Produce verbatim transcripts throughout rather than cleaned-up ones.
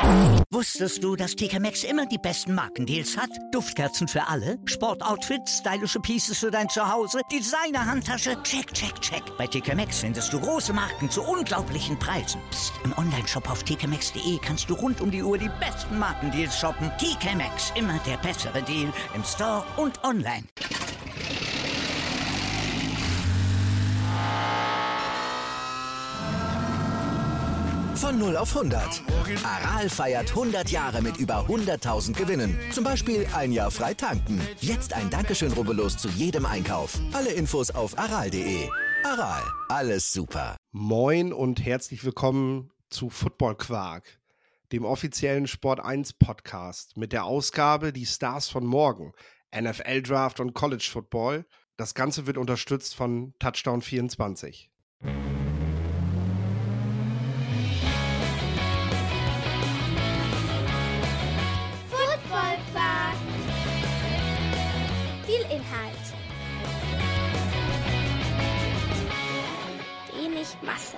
Wusstest du, dass T K Maxx immer die besten Markendeals hat? Duftkerzen für alle, Sportoutfits, stylische Pieces für dein Zuhause, Designer-Handtasche, check, check, check. Bei T K Maxx findest du große Marken zu unglaublichen Preisen. Psst. Im Onlineshop auf t k maxx punkt d e kannst du rund um die Uhr die besten Markendeals shoppen. T K Maxx, immer der bessere Deal im Store und online. Von null auf hundert. Aral feiert hundert Jahre mit über hunderttausend Gewinnen. Zum Beispiel ein Jahr frei tanken. Jetzt ein Dankeschön, rubbellos zu jedem Einkauf. Alle Infos auf aral punkt de. Aral, alles super. Moin und herzlich willkommen zu Football Quark, dem offiziellen Sport eins Podcast mit der Ausgabe Die Stars von morgen, N F L Draft und College Football. Das Ganze wird unterstützt von Touchdown vierundzwanzig. Viel Inhalt. Wenig Masse.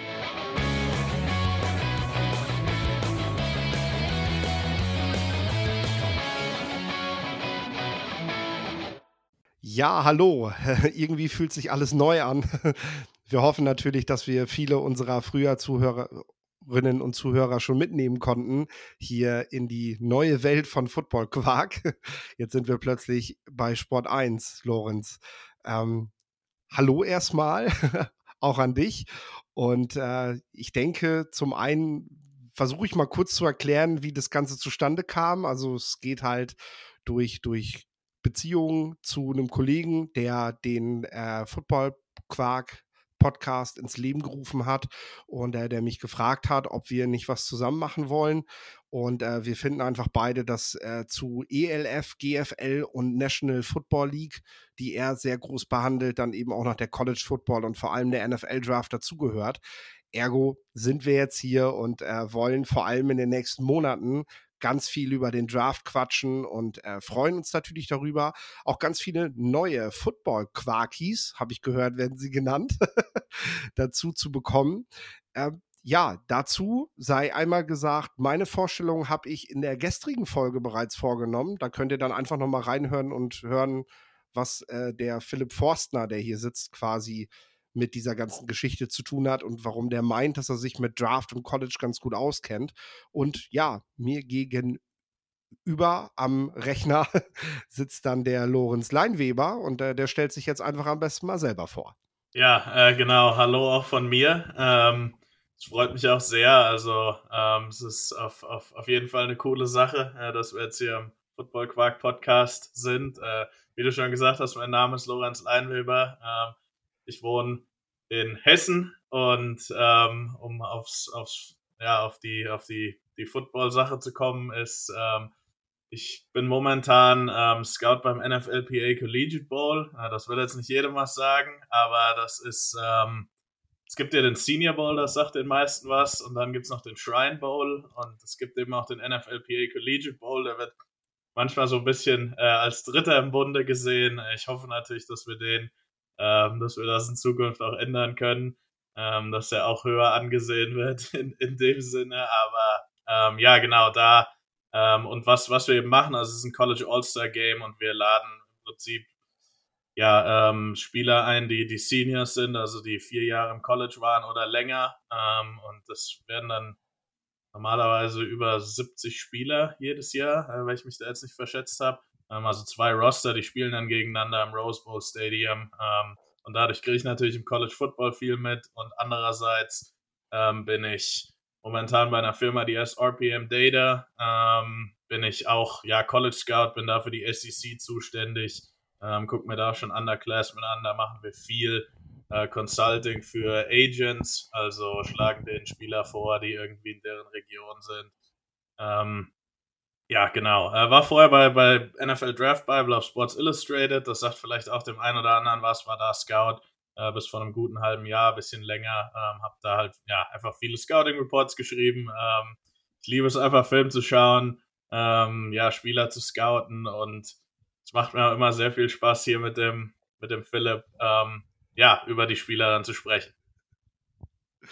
Ja, hallo. Irgendwie fühlt sich alles neu an. Wir hoffen natürlich, dass wir viele unserer früher Zuhörerinnen und Zuhörer schon mitnehmen konnten, hier in die neue Welt von Football Quark. Jetzt sind wir plötzlich bei Sport eins, Lorenz. Ähm, hallo erstmal, auch an dich. Und äh, ich denke, zum einen versuche ich mal kurz zu erklären, wie das Ganze zustande kam. Also es geht halt durch, durch Beziehungen zu einem Kollegen, der den äh, Football Quark Podcast ins Leben gerufen hat und äh, der mich gefragt hat, ob wir nicht was zusammen machen wollen. Und äh, wir finden einfach beide, dass äh, zu E L F, G F L und National Football League, die er sehr groß behandelt, dann eben auch noch der College Football und vor allem der N F L Draft dazugehört. Ergo sind wir jetzt hier und äh, wollen vor allem in den nächsten Monaten ganz viel über den Draft quatschen und äh, freuen uns natürlich darüber. Auch ganz viele neue Football-Quarkies, habe ich gehört, werden sie genannt, dazu zu bekommen. Ähm, ja, dazu sei einmal gesagt, meine Vorstellung habe ich in der gestrigen Folge bereits vorgenommen. Da könnt ihr dann einfach nochmal reinhören und hören, was äh, der Philipp Forstner, der hier sitzt, quasi mit dieser ganzen Geschichte zu tun hat und warum der meint, dass er sich mit Draft und College ganz gut auskennt. Und ja, mir gegenüber am Rechner sitzt dann der Lorenz Leinweber und äh, der stellt sich jetzt einfach am besten mal selber vor. Ja, äh, genau. Hallo auch von mir. Ähm, es freut mich auch sehr. Also ähm, es ist auf, auf, auf jeden Fall eine coole Sache, äh, dass wir jetzt hier im Football Quark Podcast sind. Äh, wie du schon gesagt hast, mein Name ist Lorenz Leinweber. Ähm, ich wohne in Hessen und ähm, um aufs, aufs, ja, auf die, auf die, die Football-Sache zu kommen, ist, ähm, ich bin momentan ähm, Scout beim N F L P A Collegiate Bowl. Äh, das will jetzt nicht jedem was sagen, aber das ist, ähm, es gibt ja den Senior Bowl, das sagt den meisten was, und dann gibt es noch den Shrine Bowl und es gibt eben auch den N F L P A Collegiate Bowl, der wird manchmal so ein bisschen äh, als Dritter im Bunde gesehen. Ich hoffe natürlich, dass wir den, ähm, dass wir das in Zukunft auch ändern können, ähm, dass er auch höher angesehen wird in, in dem Sinne. Aber ähm, ja, genau, da ähm, und was, was wir eben machen, also es ist ein College All-Star Game und wir laden im Prinzip ja, ähm, Spieler ein, die die Seniors sind, also die vier Jahre im College waren oder länger. Ähm, und das werden dann normalerweise über siebzig Spieler jedes Jahr, äh, weil ich mich da jetzt nicht verschätzt habe. Ähm, also zwei Roster, die spielen dann gegeneinander im Rose Bowl Stadium. Ähm, und dadurch kriege ich natürlich im College Football viel mit. Und andererseits ähm, bin ich momentan bei einer Firma, die heißt R P M Data. Ähm, bin ich auch ja College Scout, bin da für die S E C zuständig. Ähm, guck mir da schon Underclassmen an, da machen wir viel äh, Consulting für Agents, also schlagen den Spieler vor, die irgendwie in deren Region sind. Ähm, ja, genau. Äh, war vorher bei, bei N F L Draft Bible auf Sports Illustrated, das sagt vielleicht auch dem einen oder anderen was, war da Scout äh, bis vor einem guten halben Jahr, ein bisschen länger, ähm, hab da halt ja einfach viele Scouting-Reports geschrieben. Ähm, ich liebe es einfach, Film zu schauen, ähm, ja, Spieler zu scouten, und es macht mir immer sehr viel Spaß, hier mit dem, mit dem Philipp, ähm, ja, über die Spieler dann zu sprechen.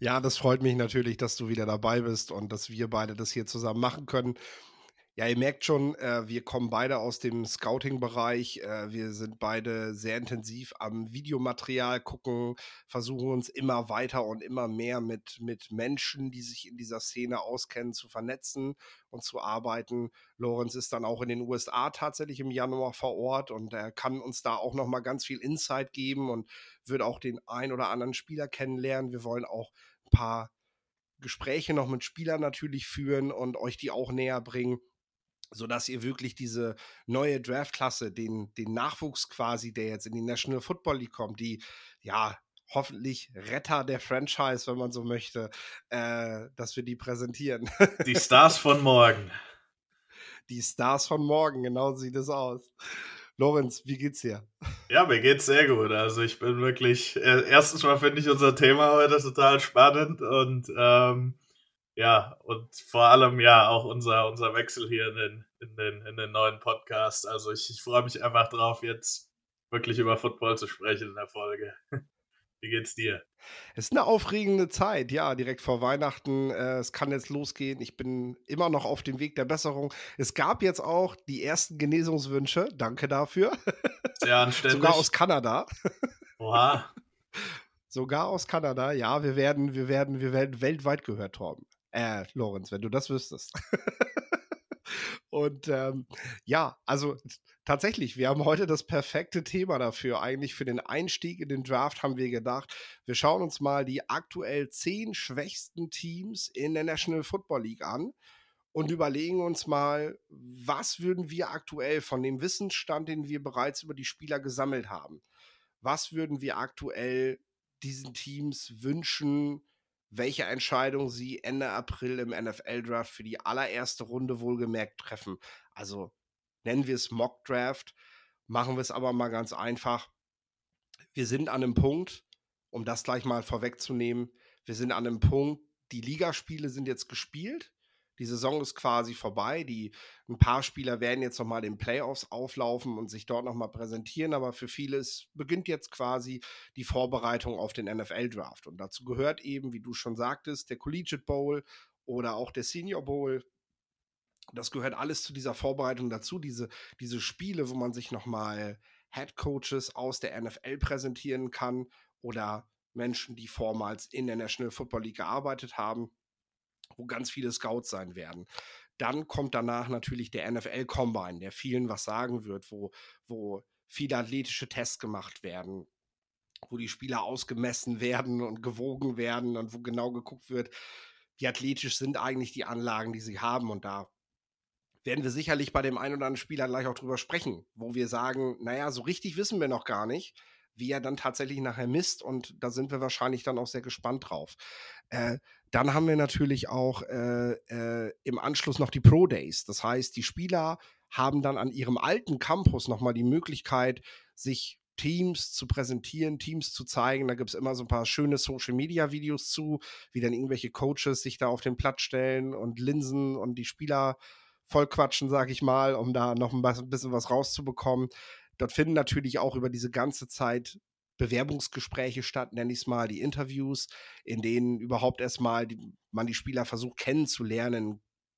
Ja, das freut mich natürlich, dass du wieder dabei bist und dass wir beide das hier zusammen machen können. Ja, ihr merkt schon, äh, wir kommen beide aus dem Scouting-Bereich. Äh, wir sind beide sehr intensiv am Videomaterial gucken, versuchen uns immer weiter und immer mehr mit, mit Menschen, die sich in dieser Szene auskennen, zu vernetzen und zu arbeiten. Lorenz ist dann auch in den U S A tatsächlich im Januar vor Ort und er kann uns da auch nochmal ganz viel Insight geben und wird auch den ein oder anderen Spieler kennenlernen. Wir wollen auch ein paar Gespräche noch mit Spielern natürlich führen und euch die auch näher bringen, sodass ihr wirklich diese neue Draftklasse, den, den Nachwuchs quasi, der jetzt in die National Football League kommt, die ja hoffentlich Retter der Franchise, wenn man so möchte, äh, dass wir die präsentieren. Die Stars von morgen. Die Stars von morgen, genau sieht es aus. Lorenz, wie geht's dir? Ja, mir geht's sehr gut. Also ich bin wirklich, äh, erstens mal finde ich unser Thema heute total spannend und ähm, ja, und vor allem ja auch unser, unser Wechsel hier in den, in den, in den neuen Podcast. Also ich, ich freue mich einfach drauf, jetzt wirklich über Football zu sprechen in der Folge. Wie geht's dir? Es ist eine aufregende Zeit, ja, direkt vor Weihnachten. Äh, es kann jetzt losgehen. Ich bin immer noch auf dem Weg der Besserung. Es gab jetzt auch die ersten Genesungswünsche. Danke dafür. Sehr anständig. Sogar aus Kanada. Oha. Sogar aus Kanada. Ja, wir werden, wir werden, wir werden weltweit gehört, Torben. Äh, Lorenz, wenn du das wüsstest. Und ähm, ja, also tatsächlich, wir haben heute das perfekte Thema dafür. Eigentlich für den Einstieg in den Draft haben wir gedacht, wir schauen uns mal die aktuell zehn schwächsten Teams in der National Football League an und überlegen uns mal, was würden wir aktuell von dem Wissensstand, den wir bereits über die Spieler gesammelt haben, was würden wir aktuell diesen Teams wünschen, welche Entscheidung sie Ende April im N F L-Draft für die allererste Runde wohlgemerkt treffen. Also nennen wir es Mock-Draft, machen wir es aber mal ganz einfach. Wir sind an einem Punkt, um das gleich mal vorwegzunehmen, wir sind an einem Punkt, die Ligaspiele sind jetzt gespielt, die Saison ist quasi vorbei, die, ein paar Spieler werden jetzt nochmal in den Playoffs auflaufen und sich dort nochmal präsentieren, aber für viele ist, beginnt jetzt quasi die Vorbereitung auf den N F L-Draft und dazu gehört eben, wie du schon sagtest, der Collegiate Bowl oder auch der Senior Bowl. Das gehört alles zu dieser Vorbereitung dazu, diese, diese Spiele, wo man sich nochmal Head Coaches aus der N F L präsentieren kann oder Menschen, die vormals in der National Football League gearbeitet haben, wo ganz viele Scouts sein werden. Dann kommt danach natürlich der N F L-Combine, der vielen was sagen wird, wo, wo viele athletische Tests gemacht werden, wo die Spieler ausgemessen werden und gewogen werden und wo genau geguckt wird, wie athletisch sind eigentlich die Anlagen, die sie haben. Und da werden wir sicherlich bei dem einen oder anderen Spieler gleich auch drüber sprechen, wo wir sagen, naja, so richtig wissen wir noch gar nicht, wie er dann tatsächlich nachher misst und da sind wir wahrscheinlich dann auch sehr gespannt drauf. Äh, dann haben wir natürlich auch äh, äh, im Anschluss noch die Pro Days. Das heißt, die Spieler haben dann an ihrem alten Campus nochmal die Möglichkeit, sich Teams zu präsentieren, Teams zu zeigen. Da gibt es immer so ein paar schöne Social-Media-Videos zu, wie dann irgendwelche Coaches sich da auf den Platz stellen und linsen und die Spieler vollquatschen, sage ich mal, um da noch ein bisschen was rauszubekommen. Dort finden natürlich auch über diese ganze Zeit Bewerbungsgespräche statt, nenne ich es mal, die Interviews, in denen überhaupt erstmal die, man die Spieler versucht kennenzulernen,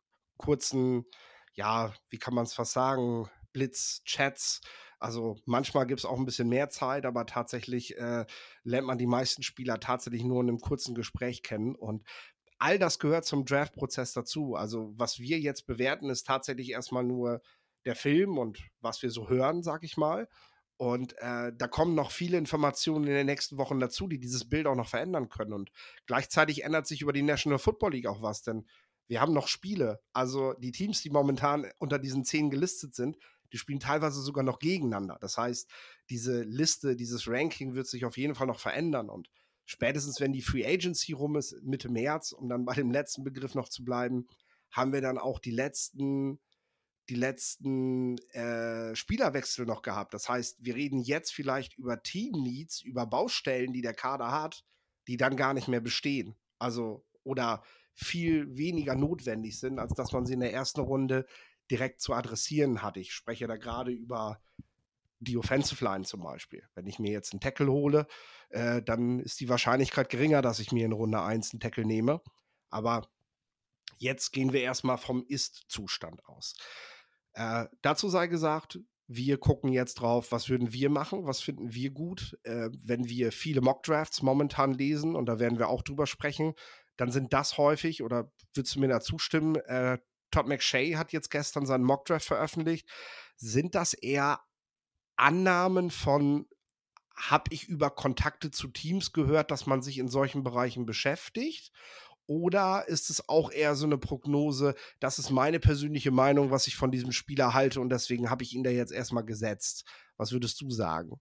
kurzen, ja, wie kann man es fast sagen, Blitz-Chats. Also manchmal gibt es auch ein bisschen mehr Zeit, aber tatsächlich äh, lernt man die meisten Spieler tatsächlich nur in einem kurzen Gespräch kennen und all das gehört zum Draft-Prozess dazu. Also was wir jetzt bewerten, ist tatsächlich erstmal nur der Film und was wir so hören, sag ich mal. Und äh, da kommen noch viele Informationen in den nächsten Wochen dazu, die dieses Bild auch noch verändern können. Und gleichzeitig ändert sich über die National Football League auch was, denn wir haben noch Spiele. Also die Teams, die momentan unter diesen zehn gelistet sind, die spielen teilweise sogar noch gegeneinander. Das heißt, diese Liste, dieses Ranking wird sich auf jeden Fall noch verändern. Und spätestens, wenn die Free Agency rum ist, Mitte März, um dann bei dem letzten Begriff noch zu bleiben, haben wir dann auch die letzten die letzten äh, Spielerwechsel noch gehabt. Das heißt, wir reden jetzt vielleicht über Team-Needs, über Baustellen, die der Kader hat, die dann gar nicht mehr bestehen. Also, oder viel weniger notwendig sind, als dass man sie in der ersten Runde direkt zu adressieren hat. Ich spreche da gerade über die Offensive Line zum Beispiel. Wenn ich mir jetzt einen Tackle hole, äh, dann ist die Wahrscheinlichkeit geringer, dass ich mir in Runde eins einen Tackle nehme. Aber jetzt gehen wir erstmal vom Ist-Zustand aus. Äh, dazu sei gesagt, wir gucken jetzt drauf, was würden wir machen, was finden wir gut. Äh, wenn wir viele Mock-Drafts momentan lesen, und da werden wir auch drüber sprechen, dann sind das häufig, oder würdest du mir da zustimmen, äh, Todd McShay hat jetzt gestern seinen Mock-Draft veröffentlicht, sind das eher Annahmen von, habe ich über Kontakte zu Teams gehört, dass man sich in solchen Bereichen beschäftigt? Oder ist es auch eher so eine Prognose, das ist meine persönliche Meinung, was ich von diesem Spieler halte und deswegen habe ich ihn da jetzt erstmal gesetzt? Was würdest du sagen?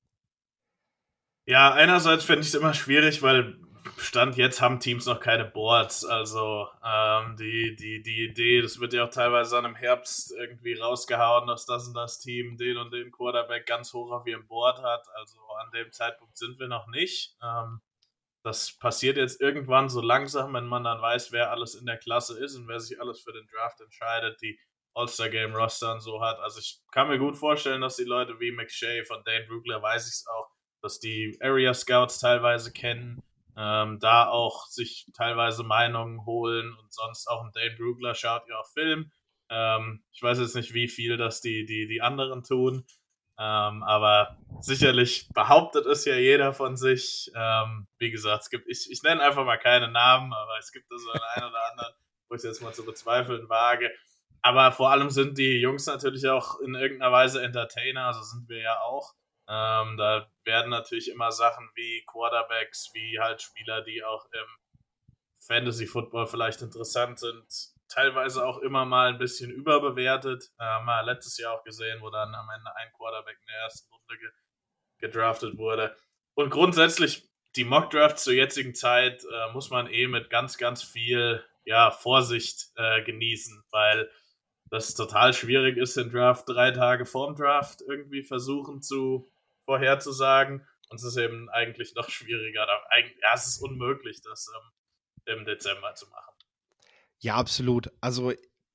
Ja, einerseits finde ich es immer schwierig, weil Stand jetzt haben Teams noch keine Boards. Also ähm, die, die, die Idee, das wird ja auch teilweise dann im Herbst irgendwie rausgehauen, dass das und das Team den und den Quarterback ganz hoch auf ihrem Board hat. Also an dem Zeitpunkt sind wir noch nicht. Ähm, Das passiert jetzt irgendwann so langsam, wenn man dann weiß, wer alles in der Klasse ist und wer sich alles für den Draft entscheidet, die All-Star-Game-Roster und so hat. Also ich kann mir gut vorstellen, dass die Leute wie McShay, von Dane Brugler weiß ich es auch, dass die Area-Scouts teilweise kennen, ähm, da auch sich teilweise Meinungen holen und sonst auch ein Dane Brugler schaut ja auch Film. Ähm, ich weiß jetzt nicht, wie viel das die, die, die anderen tun. Ähm, aber sicherlich behauptet es ja jeder von sich. Ähm, wie gesagt, es gibt, ich, ich nenne einfach mal keine Namen, aber es gibt da so einen, einen oder anderen, wo ich es jetzt mal zu bezweifeln wage. Aber vor allem sind die Jungs natürlich auch in irgendeiner Weise Entertainer, also sind wir ja auch. Ähm, da werden natürlich immer Sachen wie Quarterbacks, wie halt Spieler, die auch im Fantasy-Football vielleicht interessant sind, teilweise auch immer mal ein bisschen überbewertet. Äh, haben wir letztes Jahr auch gesehen, wo dann am Ende ein Quarterback in der ersten Runde ge- gedraftet wurde. Und grundsätzlich, die Mock-Drafts zur jetzigen Zeit äh, muss man eh mit ganz, ganz viel ja, Vorsicht äh, genießen, weil das total schwierig ist, den Draft drei Tage vorm Draft irgendwie versuchen zu vorherzusagen. Und es ist eben eigentlich noch schwieriger. Da, eigentlich, ja, es ist unmöglich, das ähm, im Dezember zu machen. Ja, absolut. Also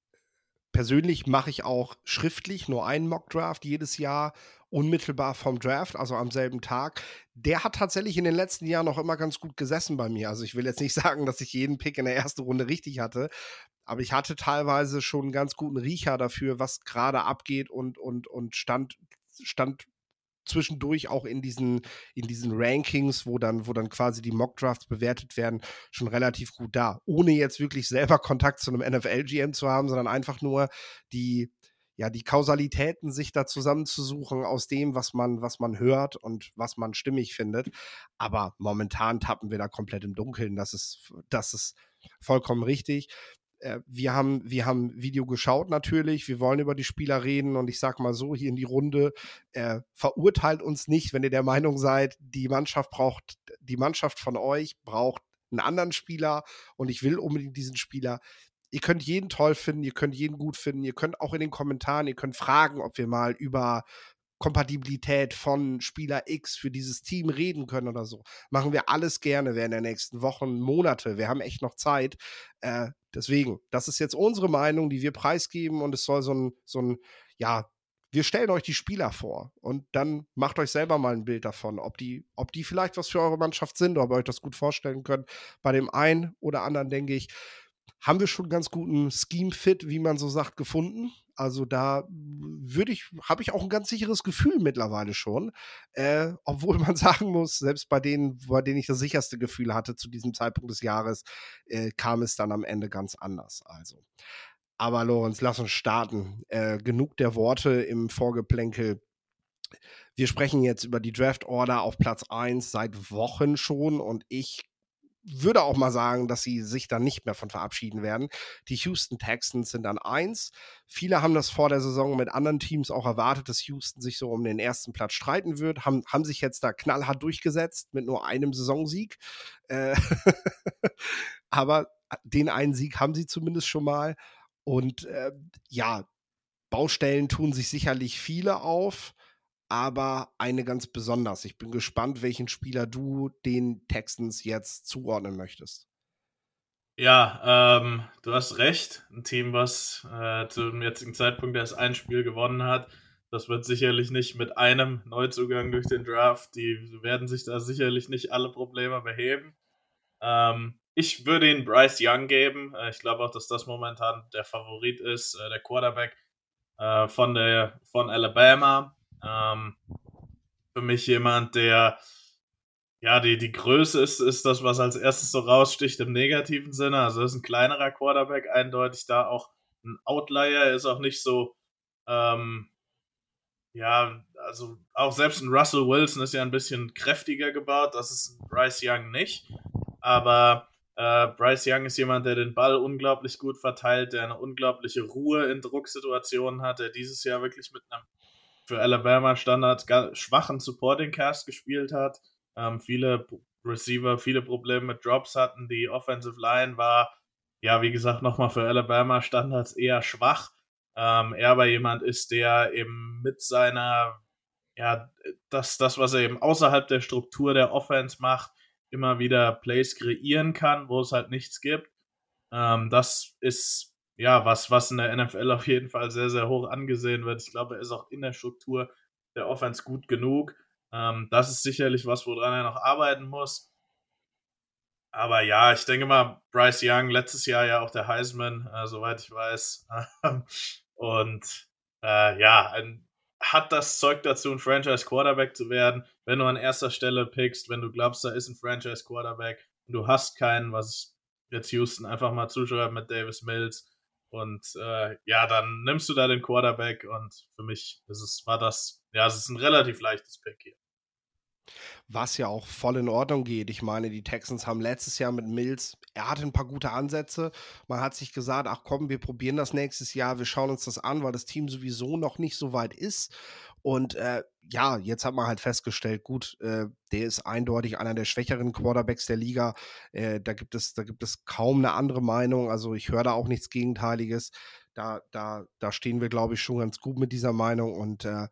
persönlich mache ich auch schriftlich nur einen Mock-Draft jedes Jahr, unmittelbar vom Draft, also am selben Tag. Der hat tatsächlich in den letzten Jahren noch immer ganz gut gesessen bei mir. Also ich will jetzt nicht sagen, dass ich jeden Pick in der ersten Runde richtig hatte, aber ich hatte teilweise schon einen ganz guten Riecher dafür, was gerade abgeht und, und, und stand, stand zwischendurch auch in diesen, in diesen Rankings, wo dann, wo dann quasi die Mock-Drafts bewertet werden, schon relativ gut da. Ohne jetzt wirklich selber Kontakt zu einem N F L-G M zu haben, sondern einfach nur die, ja, die Kausalitäten sich da zusammenzusuchen aus dem, was man, was man hört und was man stimmig findet. Aber momentan tappen wir da komplett im Dunkeln. Das ist, das ist vollkommen richtig. Wir haben, wir haben Video geschaut natürlich, wir wollen über die Spieler reden und ich sag mal so, hier in die Runde, äh, verurteilt uns nicht, wenn ihr der Meinung seid, die Mannschaft braucht, die Mannschaft von euch braucht einen anderen Spieler und ich will unbedingt diesen Spieler. Ihr könnt jeden toll finden, ihr könnt jeden gut finden, ihr könnt auch in den Kommentaren, ihr könnt fragen, ob wir mal über Kompatibilität von Spieler X für dieses Team reden können oder so. Machen wir alles gerne während der nächsten Wochen, Monate. Wir haben echt noch Zeit. Äh, deswegen, das ist jetzt unsere Meinung, die wir preisgeben und es soll so ein, so ein, ja, wir stellen euch die Spieler vor und dann macht euch selber mal ein Bild davon, ob die, ob die vielleicht was für eure Mannschaft sind, ob ihr euch das gut vorstellen könnt. Bei dem einen oder anderen, denke ich, haben wir schon einen ganz guten Scheme-Fit, wie man so sagt, gefunden. Also da würde ich, habe ich auch ein ganz sicheres Gefühl mittlerweile schon. Äh, obwohl man sagen muss, selbst bei denen, bei denen ich das sicherste Gefühl hatte zu diesem Zeitpunkt des Jahres, äh, kam es dann am Ende ganz anders. Also. Aber Lorenz, lass uns starten. Äh, genug der Worte im Vorgeplänkel. Wir sprechen jetzt über die Draft-Order auf Platz eins seit Wochen schon und ich würde auch mal sagen, dass sie sich dann nicht mehr von verabschieden werden. Die Houston Texans sind an eins. Viele haben das vor der Saison mit anderen Teams auch erwartet, dass Houston sich so um den ersten Platz streiten wird, haben, haben sich jetzt da knallhart durchgesetzt mit nur einem Saisonsieg. Äh Aber den einen Sieg haben sie zumindest schon mal. Und äh, ja, Baustellen tun sich sicherlich viele auf, aber eine ganz besonders. Ich bin gespannt, welchen Spieler du den Texans jetzt zuordnen möchtest. Ja, ähm, du hast recht. Ein Team, was äh, zum jetzigen Zeitpunkt erst ein Spiel gewonnen hat, Das wird sicherlich nicht mit einem Neuzugang durch den Draft. Die werden sich da sicherlich nicht alle Probleme beheben. Ähm, ich würde ihn Bryce Young geben. Äh, ich glaube auch, dass das momentan der Favorit ist, äh, der Quarterback äh, von, der, von Alabama. Ähm, für mich jemand, der, ja, die, die Größe ist, ist das, was als erstes so raussticht im negativen Sinne. Also ist ein kleinerer Quarterback, eindeutig da auch ein Outlier. Er ist auch nicht so, ähm, ja, also auch selbst ein Russell Wilson ist ja ein bisschen kräftiger gebaut. Das ist Bryce Young nicht. Aber äh, Bryce Young ist jemand, der den Ball unglaublich gut verteilt, der eine unglaubliche Ruhe in Drucksituationen hat, der dieses Jahr wirklich mit einem für Alabama Standards schwachen Supporting Cast gespielt hat. Ähm, viele Receiver, viele Probleme mit Drops hatten. Die Offensive Line war, ja, wie gesagt, nochmal für Alabama Standards eher schwach. Ähm, er aber jemand ist, der eben mit seiner, ja, das, das, was er eben außerhalb der Struktur der Offense macht, immer wieder Plays kreieren kann, wo es halt nichts gibt. Ähm, das ist ja was, was in der N F L auf jeden Fall sehr, sehr hoch angesehen wird. Ich glaube, er ist auch in der Struktur der Offense gut genug. Ähm, das ist sicherlich was, woran er noch arbeiten muss. Aber ja, ich denke mal, Bryce Young, letztes Jahr ja auch der Heisman, äh, soweit ich weiß. Und äh, ja, ein, hat das Zeug dazu, ein Franchise-Quarterback zu werden, wenn du an erster Stelle pickst, wenn du glaubst, da ist ein Franchise-Quarterback und du hast keinen, was ich jetzt Houston einfach mal zuschreibe mit Davis Mills. Und äh, ja, dann nimmst du da den Quarterback und für mich ist es, war das, ja, es ist ein relativ leichtes Pick hier. Was ja auch voll in Ordnung geht. Ich meine, die Texans haben letztes Jahr mit Mills, er hatte ein paar gute Ansätze. Man hat sich gesagt, ach komm, wir probieren das nächstes Jahr, wir schauen uns das an, weil das Team sowieso noch nicht so weit ist. Und äh, ja, jetzt hat man halt festgestellt, gut, äh, der ist eindeutig einer der schwächeren Quarterbacks der Liga. Äh, da gibt es, da gibt es kaum eine andere Meinung. Also ich höre da auch nichts Gegenteiliges. Da, da, da stehen wir, glaube ich, schon ganz gut mit dieser Meinung. Und äh,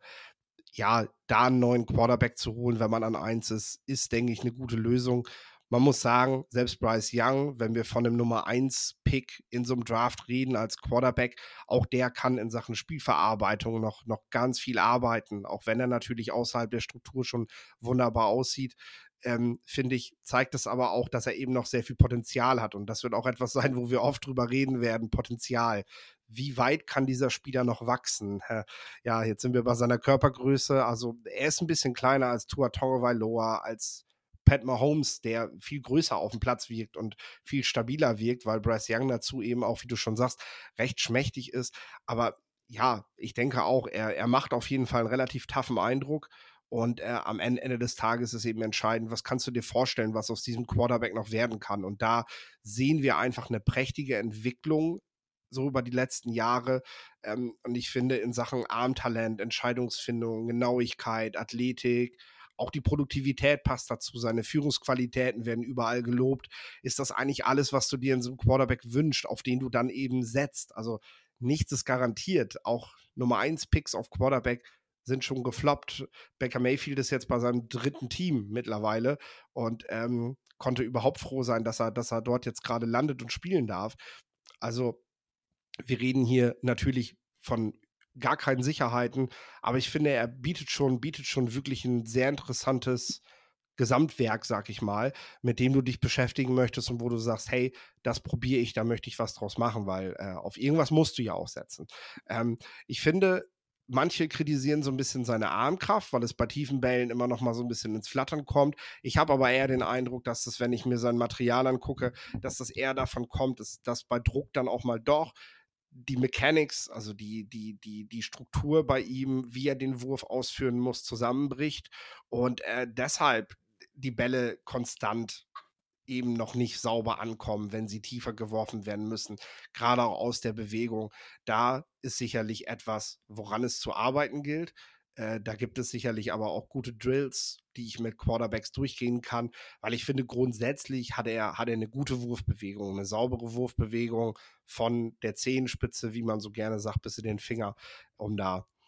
ja, da einen neuen Quarterback zu holen, wenn man an eins ist, ist, denke ich, eine gute Lösung. Man muss sagen, selbst Bryce Young, wenn wir von dem Nummer eins Pick in so einem Draft reden als Quarterback, auch der kann in Sachen Spielverarbeitung noch, noch ganz viel arbeiten, auch wenn er natürlich außerhalb der Struktur schon wunderbar aussieht. Ähm, finde ich, zeigt es aber auch, dass er eben noch sehr viel Potenzial hat. Und das wird auch etwas sein, wo wir oft drüber reden werden, Potenzial. Wie weit kann dieser Spieler noch wachsen? Ja, jetzt sind wir bei seiner Körpergröße. Also er ist ein bisschen kleiner als Tua Tagovailoa, als Pat Mahomes, der viel größer auf dem Platz wirkt und viel stabiler wirkt, weil Bryce Young dazu eben auch, wie du schon sagst, recht schmächtig ist. Aber ja, ich denke auch, er, er macht auf jeden Fall einen relativ toughen Eindruck. Und äh, am Ende, Ende des Tages ist eben entscheidend, was kannst du dir vorstellen, was aus diesem Quarterback noch werden kann. Und da sehen wir einfach eine prächtige Entwicklung so über die letzten Jahre. Ähm, und ich finde, in Sachen Armtalent, Entscheidungsfindung, Genauigkeit, Athletik, auch die Produktivität passt dazu, seine Führungsqualitäten werden überall gelobt. Ist das eigentlich alles, was du dir in so einem Quarterback wünschst, auf den du dann eben setzt? Also nichts ist garantiert. Auch Nummer eins Picks auf Quarterback sind schon gefloppt. Baker Mayfield ist jetzt bei seinem dritten Team mittlerweile und ähm, konnte überhaupt froh sein, dass er, dass er dort jetzt gerade landet und spielen darf. Also wir reden hier natürlich von gar keinen Sicherheiten, aber ich finde, er bietet schon, bietet schon wirklich ein sehr interessantes Gesamtwerk, sag ich mal, mit dem du dich beschäftigen möchtest und wo du sagst, hey, das probiere ich, da möchte ich was draus machen, weil äh, auf irgendwas musst du ja auch setzen. Ähm, ich finde, manche kritisieren so ein bisschen seine Armkraft, weil es bei tiefen Bällen immer noch mal so ein bisschen ins Flattern kommt. Ich habe aber eher den Eindruck, dass das, wenn ich mir sein Material angucke, dass das eher davon kommt, dass, dass bei Druck dann auch mal doch die Mechanics, also die, die, die, die Struktur bei ihm, wie er den Wurf ausführen muss, zusammenbricht und äh, deshalb die Bälle konstant eben noch nicht sauber ankommen, wenn sie tiefer geworfen werden müssen, gerade auch aus der Bewegung. Da ist sicherlich etwas, woran es zu arbeiten gilt. Äh, da gibt es sicherlich aber auch gute Drills, die ich mit Quarterbacks durchgehen kann, weil ich finde, grundsätzlich hat er, hat er eine gute Wurfbewegung, eine saubere Wurfbewegung von der Zehenspitze, wie man so gerne sagt, bis in den Finger, um da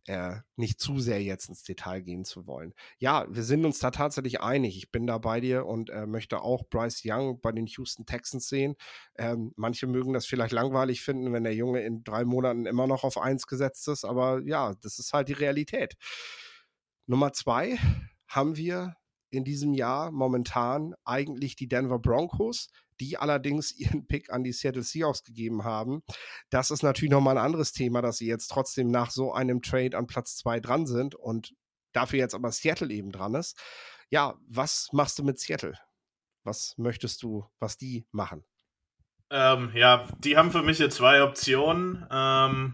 äh, nicht zu sehr jetzt ins Detail gehen zu wollen. Ja, wir sind uns da tatsächlich einig. Ich bin da bei dir und äh, möchte auch Bryce Young bei den Houston Texans sehen. Ähm, manche mögen das vielleicht langweilig finden, wenn der Junge in drei Monaten immer noch auf eins gesetzt ist, aber ja, das ist halt die Realität. Nummer zwei haben wir in diesem Jahr momentan eigentlich die Denver Broncos, die allerdings ihren Pick an die Seattle Seahawks gegeben haben. Das ist natürlich nochmal ein anderes Thema, dass sie jetzt trotzdem nach so einem Trade an Platz zwei dran sind und dafür jetzt aber Seattle eben dran ist. Ja, was machst du mit Seattle? Was möchtest du, was die machen? Ähm, ja, die haben für mich jetzt zwei Optionen. Ähm,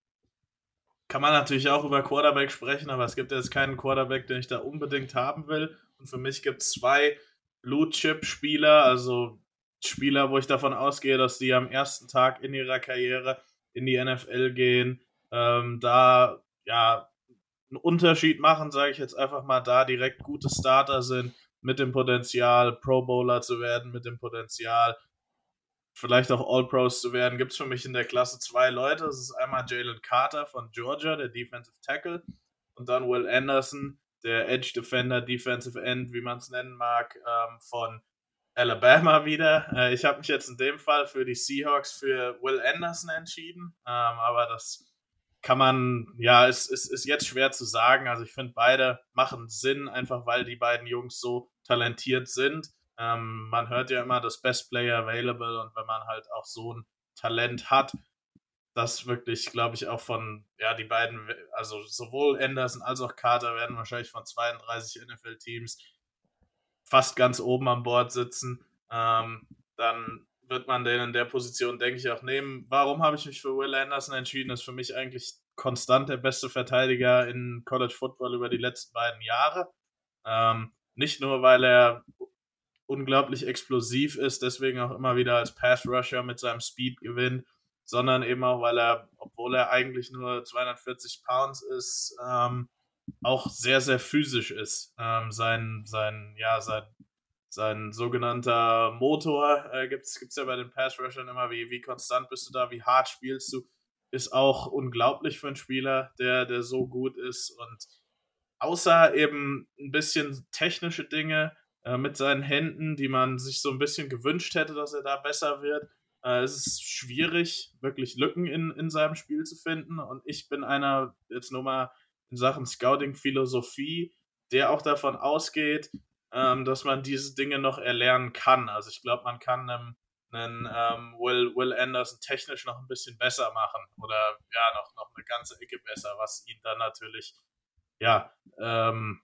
kann man natürlich auch über Quarterback sprechen, aber es gibt jetzt keinen Quarterback, den ich da unbedingt haben will. Und für mich gibt es zwei Blue-Chip-Spieler, also Spieler, wo ich davon ausgehe, dass die am ersten Tag in ihrer Karriere in die N F L gehen, ähm, da ja einen Unterschied machen, sage ich jetzt einfach mal, da direkt gute Starter sind, mit dem Potenzial, Pro-Bowler zu werden, mit dem Potenzial, vielleicht auch All-Pros zu werden, gibt es für mich in der Klasse zwei Leute. Das ist einmal Jalen Carter von Georgia, der Defensive Tackle, und dann Will Anderson, der Edge Defender, Defensive End, wie man es nennen mag, ähm, von Alabama wieder. Äh, ich habe mich jetzt in dem Fall für die Seahawks für Will Anderson entschieden, ähm, aber das kann man, ja, es ist, ist, ist jetzt schwer zu sagen. Also ich finde, beide machen Sinn, einfach weil die beiden Jungs so talentiert sind. Ähm, man hört ja immer das Best Player Available, und wenn man halt auch so ein Talent hat, das wirklich, glaube ich, auch von, ja, die beiden, also sowohl Anderson als auch Carter werden wahrscheinlich von zweiunddreißig N F L-Teams fast ganz oben an Bord sitzen. Ähm, dann wird man den in der Position, denke ich, auch nehmen. Warum habe ich mich für Will Anderson entschieden? Das ist für mich eigentlich konstant der beste Verteidiger in College Football über die letzten beiden Jahre. Ähm, nicht nur, weil er unglaublich explosiv ist, deswegen auch immer wieder als Pass-Rusher mit seinem Speed gewinnt, sondern eben auch, weil er, obwohl er eigentlich nur zweihundertvierzig Pounds ist, ähm, auch sehr, sehr physisch ist. Ähm, sein, sein, ja, sein, sein sogenannter Motor, äh, gibt es ja bei den Pass-Rushern immer, wie, wie konstant bist du da, wie hart spielst du, ist auch unglaublich für einen Spieler, der, der so gut ist. Und außer eben ein bisschen technische Dinge äh, mit seinen Händen, die man sich so ein bisschen gewünscht hätte, dass er da besser wird, äh, es ist schwierig, wirklich Lücken in, in seinem Spiel zu finden. Und ich bin einer, jetzt nur mal in Sachen Scouting-Philosophie, der auch davon ausgeht, ähm, dass man diese Dinge noch erlernen kann. Also ich glaube, man kann einem, einen ähm, Will, Will Anderson technisch noch ein bisschen besser machen oder ja, noch, noch eine ganze Ecke besser, was ihn dann natürlich ja, ähm,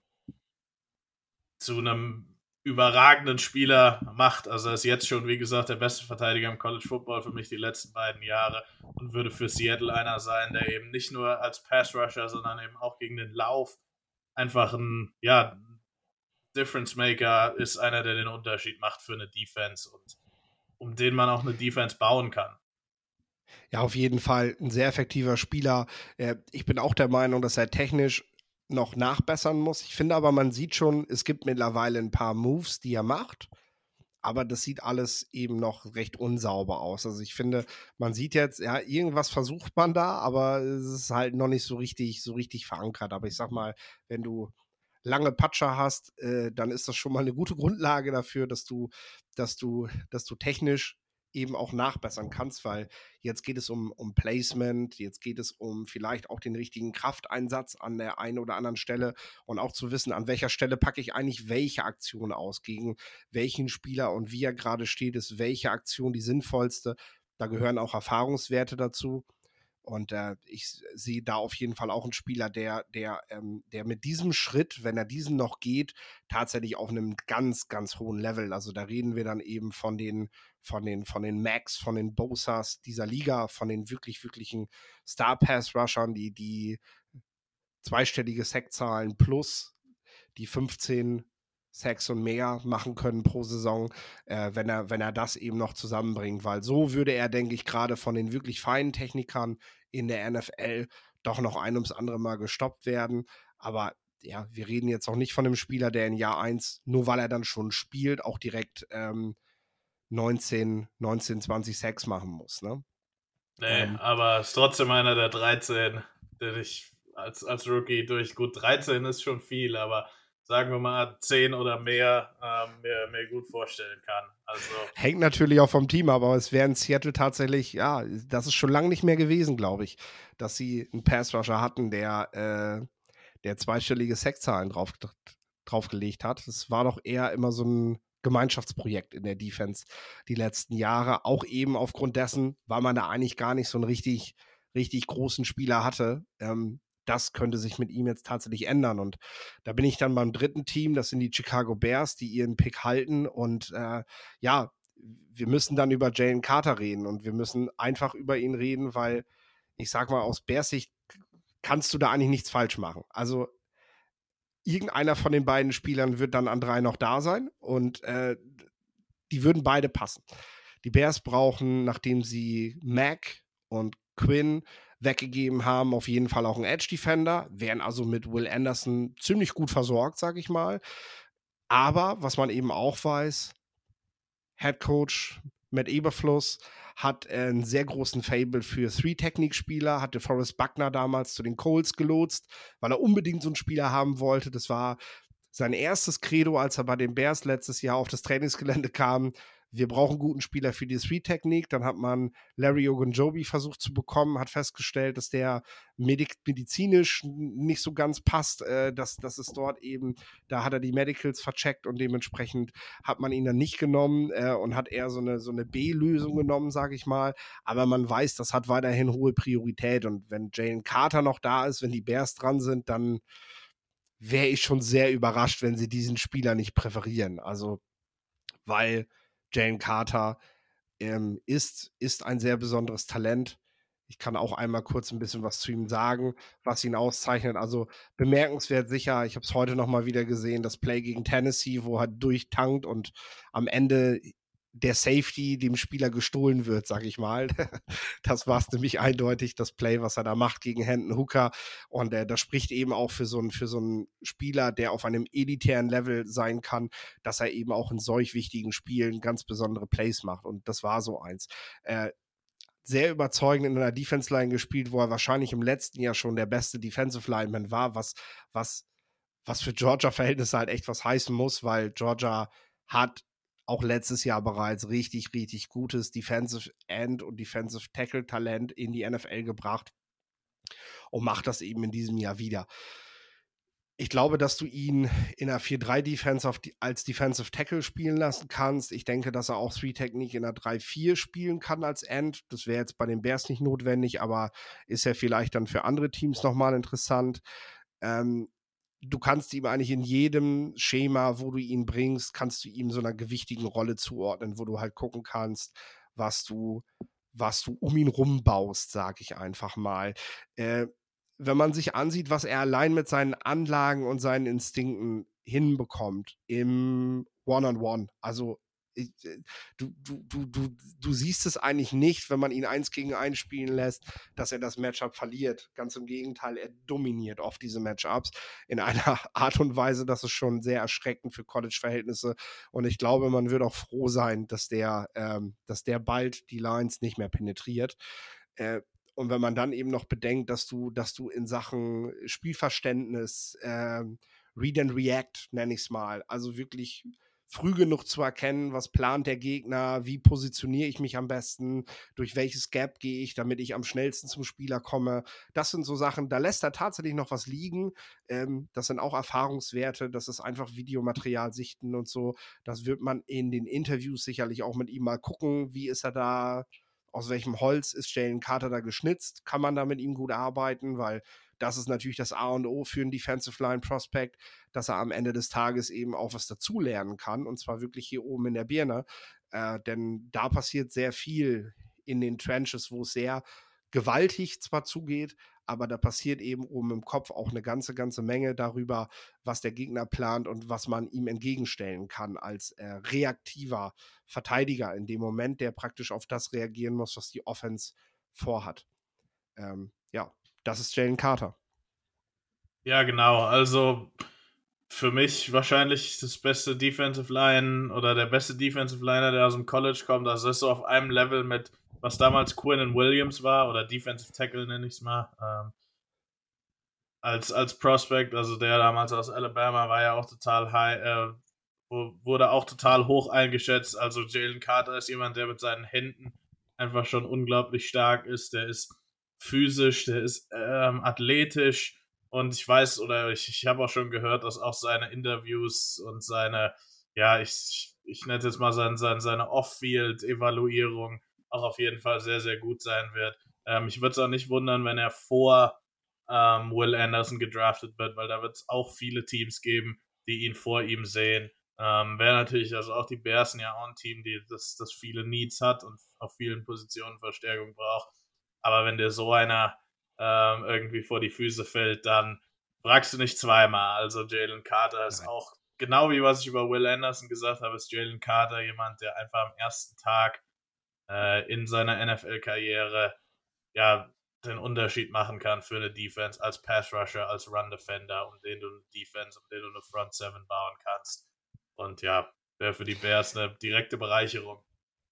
zu einem überragenden Spieler macht. Also er ist jetzt schon, wie gesagt, der beste Verteidiger im College Football für mich die letzten beiden Jahre und würde für Seattle einer sein, der eben nicht nur als Pass-Rusher, sondern eben auch gegen den Lauf einfach ein, ja, Difference Maker ist, einer, der den Unterschied macht für eine Defense und um den man auch eine Defense bauen kann. Ja, auf jeden Fall ein sehr effektiver Spieler. Äh, ich bin auch der Meinung, dass er technisch noch nachbessern muss. Ich finde aber, man sieht schon, es gibt mittlerweile ein paar Moves, die er macht, aber das sieht alles eben noch recht unsauber aus. Also ich finde, man sieht jetzt, ja, irgendwas versucht man da, aber es ist halt noch nicht so richtig, so richtig verankert. Aber ich sag mal, wenn du lange Patscher hast, äh, dann ist das schon mal eine gute Grundlage dafür, dass du, dass du, dass du technisch eben auch nachbessern kannst, weil jetzt geht es um, um Placement, jetzt geht es um vielleicht auch den richtigen Krafteinsatz an der einen oder anderen Stelle und auch zu wissen, an welcher Stelle packe ich eigentlich welche Aktion aus, gegen welchen Spieler und wie er gerade steht, ist welche Aktion die sinnvollste. Da gehören auch Erfahrungswerte dazu. Und äh, ich sehe da auf jeden Fall auch einen Spieler, der, der, ähm, der mit diesem Schritt, wenn er diesen noch geht, tatsächlich auf einem ganz, ganz hohen Level. Also da reden wir dann eben von den, von den, von den Max, von den Bosas dieser Liga, von den wirklich, wirklichen Star-Pass-Rushern, die, die zweistellige Sackzahlen plus die fünfzehn Sacks und mehr machen können pro Saison, äh, wenn er, wenn er das eben noch zusammenbringt, weil so würde er, denke ich, gerade von den wirklich feinen Technikern in der N F L doch noch ein ums andere Mal gestoppt werden. Aber ja, wir reden jetzt auch nicht von einem Spieler, der in Jahr eins, nur weil er dann schon spielt, auch direkt ähm, neunzehn, zwanzig Sacks machen muss, ne? Nee, ähm, aber ist trotzdem einer der dreizehn, den ich als, als Rookie durch. Gut, dreizehn ist schon viel, aber sagen wir mal zehn oder mehr ähm, mir, mir gut vorstellen kann. Also hängt natürlich auch vom Team ab, aber es wäre in Seattle tatsächlich, ja, das ist schon lange nicht mehr gewesen, glaube ich, dass sie einen Pass-Rusher hatten, der, äh, der zweistellige Sackzahlen drauf, draufgelegt hat. Es war doch eher immer so ein Gemeinschaftsprojekt in der Defense die letzten Jahre, auch eben aufgrund dessen, weil man da eigentlich gar nicht so einen richtig, richtig großen Spieler hatte. Ähm, das könnte sich mit ihm jetzt tatsächlich ändern. Und da bin ich dann beim dritten Team, das sind die Chicago Bears, die ihren Pick halten. Und äh, ja, wir müssen dann über Jalen Carter reden und wir müssen einfach über ihn reden, weil ich sag mal, aus Bears Sicht kannst du da eigentlich nichts falsch machen. Also irgendeiner von den beiden Spielern wird dann an drei noch da sein und äh, die würden beide passen. Die Bears brauchen, nachdem sie Mack und Quinn weggegeben haben, auf jeden Fall auch einen Edge-Defender, wären also mit Will Anderson ziemlich gut versorgt, sag ich mal. Aber, was man eben auch weiß, Head Coach Matt Eberfluss hat einen sehr großen Fable für Three-Technik-Spieler, hatte Forrest Buckner damals zu den Colts gelotst, weil er unbedingt so einen Spieler haben wollte. Das war sein erstes Credo, als er bei den Bears letztes Jahr auf das Trainingsgelände kam. Wir brauchen guten Spieler für die Three-Technik. Dann hat man Larry Ogunjobi versucht zu bekommen, hat festgestellt, dass der medik- medizinisch nicht so ganz passt. Äh, dass, dass es dort eben, da hat er die Medicals vercheckt und dementsprechend hat man ihn dann nicht genommen äh, und hat eher so eine, so eine B-Lösung genommen, sage ich mal. Aber man weiß, das hat weiterhin hohe Priorität. Und wenn Jalen Carter noch da ist, wenn die Bears dran sind, dann wäre ich schon sehr überrascht, wenn sie diesen Spieler nicht präferieren. Also, weil Jalen Carter ähm, ist, ist ein sehr besonderes Talent. Ich kann auch einmal kurz ein bisschen was zu ihm sagen, was ihn auszeichnet. Also bemerkenswert sicher, ich habe es heute noch mal wieder gesehen, das Play gegen Tennessee, wo er durchtankt und am Ende der Safety dem Spieler gestohlen wird, sag ich mal. Das war es nämlich eindeutig, das Play, was er da macht gegen Hendon Hooker. Und äh, das spricht eben auch für so, einen, für so einen Spieler, der auf einem elitären Level sein kann, dass er eben auch in solch wichtigen Spielen ganz besondere Plays macht. Und das war so eins. Äh, sehr überzeugend in einer Defense-Line gespielt, wo er wahrscheinlich im letzten Jahr schon der beste Defensive Lineman war, was, was, was für Georgia-Verhältnisse halt echt was heißen muss, weil Georgia hat auch letztes Jahr bereits richtig, richtig gutes Defensive End und Defensive Tackle Talent in die N F L gebracht und macht das eben in diesem Jahr wieder. Ich glaube, dass du ihn in einer vier drei Defense auf die, als Defensive Tackle spielen lassen kannst. Ich denke, dass er auch Three-Technik in einer drei vier spielen kann als End. Das wäre jetzt bei den Bears nicht notwendig, aber ist ja vielleicht dann für andere Teams nochmal interessant. Ähm, du kannst ihm eigentlich in jedem Schema, wo du ihn bringst, kannst du ihm so einer gewichtigen Rolle zuordnen, wo du halt gucken kannst, was du, was du um ihn rumbaust, sag ich einfach mal. Äh, wenn man sich ansieht, was er allein mit seinen Anlagen und seinen Instinkten hinbekommt im One-on-One, also ich, du, du, du, du, du siehst es eigentlich nicht, wenn man ihn eins gegen eins spielen lässt, dass er das Matchup verliert. Ganz im Gegenteil, er dominiert oft diese Matchups in einer Art und Weise, dass es schon sehr erschreckend für College-Verhältnisse und ich glaube, man wird auch froh sein, dass der, ähm, dass der bald die Lines nicht mehr penetriert. Äh, Und wenn man dann eben noch bedenkt, dass du, dass du in Sachen Spielverständnis, äh, Read and React, nenne ich es mal, also wirklich früh genug zu erkennen, was plant der Gegner, wie positioniere ich mich am besten, durch welches Gap gehe ich, damit ich am schnellsten zum Spieler komme. Das sind so Sachen, da lässt er tatsächlich noch was liegen. Ähm, das sind auch Erfahrungswerte, das ist einfach Videomaterial sichten und so. Das wird man in den Interviews sicherlich auch mit ihm mal gucken, wie ist er da, aus welchem Holz ist Jalen Carter da geschnitzt, kann man da mit ihm gut arbeiten, weil das ist natürlich das A und O für einen Defensive Line Prospect, dass er am Ende des Tages eben auch was dazulernen kann und zwar wirklich hier oben in der Birne, äh, denn da passiert sehr viel in den Trenches, wo es sehr gewaltig zwar zugeht, aber da passiert eben oben im Kopf auch eine ganze, ganze Menge darüber, was der Gegner plant und was man ihm entgegenstellen kann als äh, reaktiver Verteidiger in dem Moment, der praktisch auf das reagieren muss, was die Offense vorhat. Ähm, ja, das ist Jalen Carter. Ja, genau. Also für mich wahrscheinlich das beste Defensive Line oder der beste Defensive Liner, der aus dem College kommt. Also das ist so auf einem Level mit, was damals Quinnen Williams war oder Defensive Tackle nenne ich es mal. Ähm, als, als Prospect, also der damals aus Alabama war ja auch total high, äh, wurde auch total hoch eingeschätzt. Also Jalen Carter ist jemand, der mit seinen Händen einfach schon unglaublich stark ist. Der ist physisch, der ist ähm, athletisch und ich weiß, oder ich, ich habe auch schon gehört, dass auch seine Interviews und seine, ja, ich, ich nenne es jetzt mal seine, seine, seine Off-Field-Evaluierung auch auf jeden Fall sehr, sehr gut sein wird. Ähm, ich würde es auch nicht wundern, wenn er vor ähm, Will Anderson gedraftet wird, weil da wird es auch viele Teams geben, die ihn vor ihm sehen. Ähm, Wäre natürlich, also auch die Bears sind ja auch ein Team, die das, das viele Needs hat und auf vielen Positionen Verstärkung braucht. Aber wenn dir so einer ähm, irgendwie vor die Füße fällt, dann fragst du nicht zweimal. Also Jalen Carter ist auch, genau wie was ich über Will Anderson gesagt habe, ist Jalen Carter jemand, der einfach am ersten Tag äh, in seiner N F L-Karriere ja den Unterschied machen kann für eine Defense als Pass-Rusher, als Run-Defender, um den du eine Defense, um den du eine Front Seven bauen kannst. Und ja, wäre für die Bears eine direkte Bereicherung.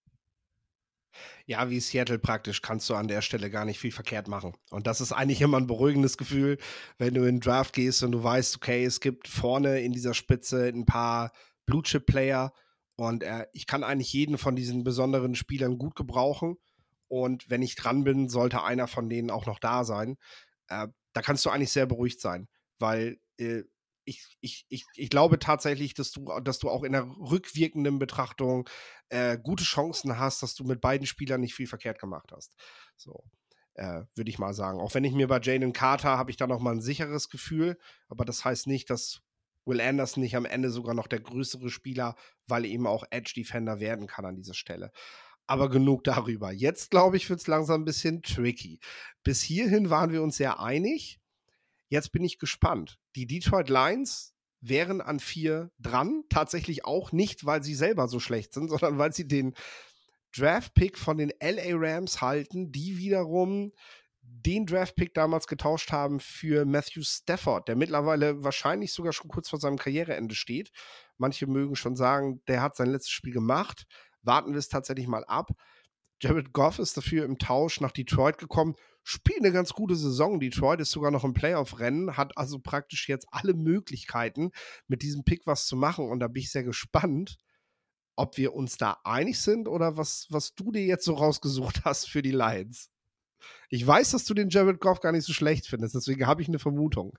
Ja, wie Seattle praktisch kannst du an der Stelle gar nicht viel verkehrt machen. Und das ist eigentlich immer ein beruhigendes Gefühl, wenn du in den Draft gehst und du weißt, okay, es gibt vorne in dieser Spitze ein paar Blue-Chip-Player und äh, ich kann eigentlich jeden von diesen besonderen Spielern gut gebrauchen. Und wenn ich dran bin, sollte einer von denen auch noch da sein. Äh, da kannst du eigentlich sehr beruhigt sein, weil äh, Ich, ich, ich, ich glaube tatsächlich, dass du, dass du auch in der rückwirkenden Betrachtung äh, gute Chancen hast, dass du mit beiden Spielern nicht viel verkehrt gemacht hast. So, äh, würde ich mal sagen. Auch wenn ich mir bei Jalen Carter habe ich da noch mal ein sicheres Gefühl, aber das heißt nicht, dass Will Anderson nicht am Ende sogar noch der größere Spieler, weil er eben auch Edge-Defender werden kann an dieser Stelle. Aber genug darüber. Jetzt, glaube ich, wird es langsam ein bisschen tricky. Bis hierhin waren wir uns sehr einig. Jetzt bin ich gespannt. Die Detroit Lions wären an vier dran. Tatsächlich auch nicht, weil sie selber so schlecht sind, sondern weil sie den Draft-Pick von den L A Rams halten, die wiederum den Draft-Pick damals getauscht haben für Matthew Stafford, der mittlerweile wahrscheinlich sogar schon kurz vor seinem Karriereende steht. Manche mögen schon sagen, der hat sein letztes Spiel gemacht. Warten wir es tatsächlich mal ab. Jared Goff ist dafür im Tausch nach Detroit gekommen, spielt eine ganz gute Saison. Detroit ist sogar noch im Playoff-Rennen, hat also praktisch jetzt alle Möglichkeiten, mit diesem Pick was zu machen. Und da bin ich sehr gespannt, ob wir uns da einig sind oder was, was du dir jetzt so rausgesucht hast für die Lions. Ich weiß, dass du den Jared Goff gar nicht so schlecht findest, deswegen habe ich eine Vermutung.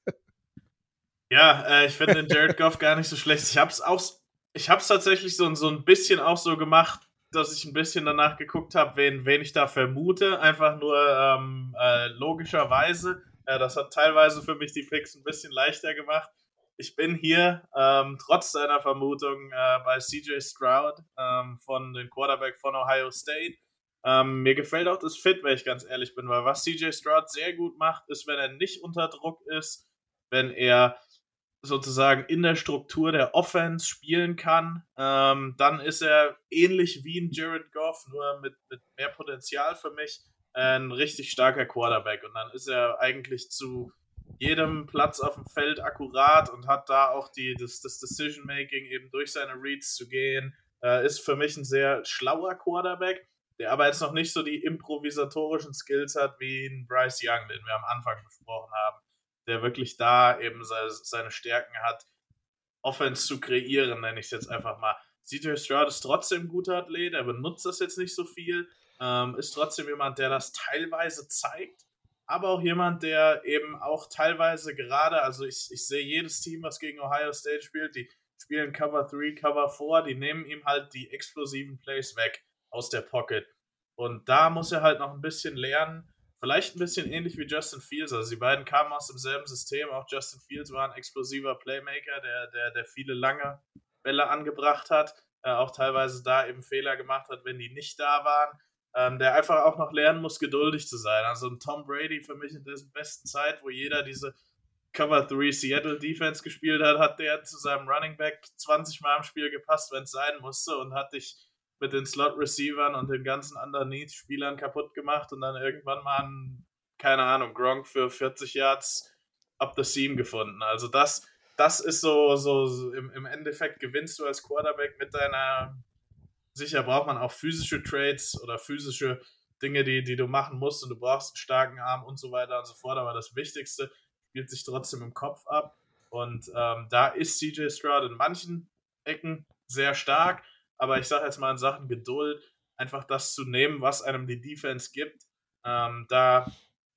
Ja, äh, ich finde den Jared Goff gar nicht so schlecht. Ich habe es auch, ich habe es tatsächlich so, so ein bisschen auch so gemacht, dass ich ein bisschen danach geguckt habe, wen, wen ich da vermute, einfach nur ähm, äh, logischerweise. Ja, das hat teilweise für mich die Picks ein bisschen leichter gemacht. Ich bin hier ähm, trotz seiner Vermutung äh, bei C J Stroud ähm, von dem Quarterback von Ohio State. Ähm, mir gefällt auch das Fit, wenn ich ganz ehrlich bin, weil was C J Stroud sehr gut macht, ist, wenn er nicht unter Druck ist, wenn er sozusagen in der Struktur der Offense spielen kann, ähm, dann ist er ähnlich wie ein Jared Goff, nur mit, mit mehr Potenzial für mich, ein richtig starker Quarterback. Und dann ist er eigentlich zu jedem Platz auf dem Feld akkurat und hat da auch die, das, das Decision-Making eben durch seine Reads zu gehen. Äh, ist für mich ein sehr schlauer Quarterback, der aber jetzt noch nicht so die improvisatorischen Skills hat wie ein Bryce Young, den wir am Anfang besprochen haben, der wirklich da eben seine, seine Stärken hat, Offense zu kreieren, nenne ich es jetzt einfach mal. C J Stroud ist trotzdem ein guter Athlet, er benutzt das jetzt nicht so viel, ähm, ist trotzdem jemand, der das teilweise zeigt, aber auch jemand, der eben auch teilweise gerade, also ich, ich sehe jedes Team, was gegen Ohio State spielt, die spielen Cover drei, Cover vier, die nehmen ihm halt die explosiven Plays weg aus der Pocket. Und da muss er halt noch ein bisschen lernen, vielleicht ein bisschen ähnlich wie Justin Fields. Also die beiden kamen aus demselben System. Auch Justin Fields war ein explosiver Playmaker, der, der, der viele lange Bälle angebracht hat. Äh, auch teilweise da eben Fehler gemacht hat, wenn die nicht da waren. Ähm, der einfach auch noch lernen muss, geduldig zu sein. Also ein Tom Brady für mich in der besten Zeit, wo jeder diese Cover drei Seattle Defense gespielt hat, hat der zu seinem Running Back zwanzig Mal im Spiel gepasst, wenn es sein musste, und hat dich mit den Slot-Receivern und den ganzen anderen Need-Spielern kaputt gemacht und dann irgendwann mal einen, keine Ahnung, Gronk für vierzig Yards up the seam gefunden. Also das, das ist so, so, so im, im Endeffekt gewinnst du als Quarterback mit deiner, sicher braucht man auch physische Trades oder physische Dinge, die, die du machen musst, und du brauchst einen starken Arm und so weiter und so fort, aber das Wichtigste spielt sich trotzdem im Kopf ab. Und ähm, da ist C J Stroud in manchen Ecken sehr stark, aber ich sage jetzt mal in Sachen Geduld, einfach das zu nehmen, was einem die Defense gibt, ähm, da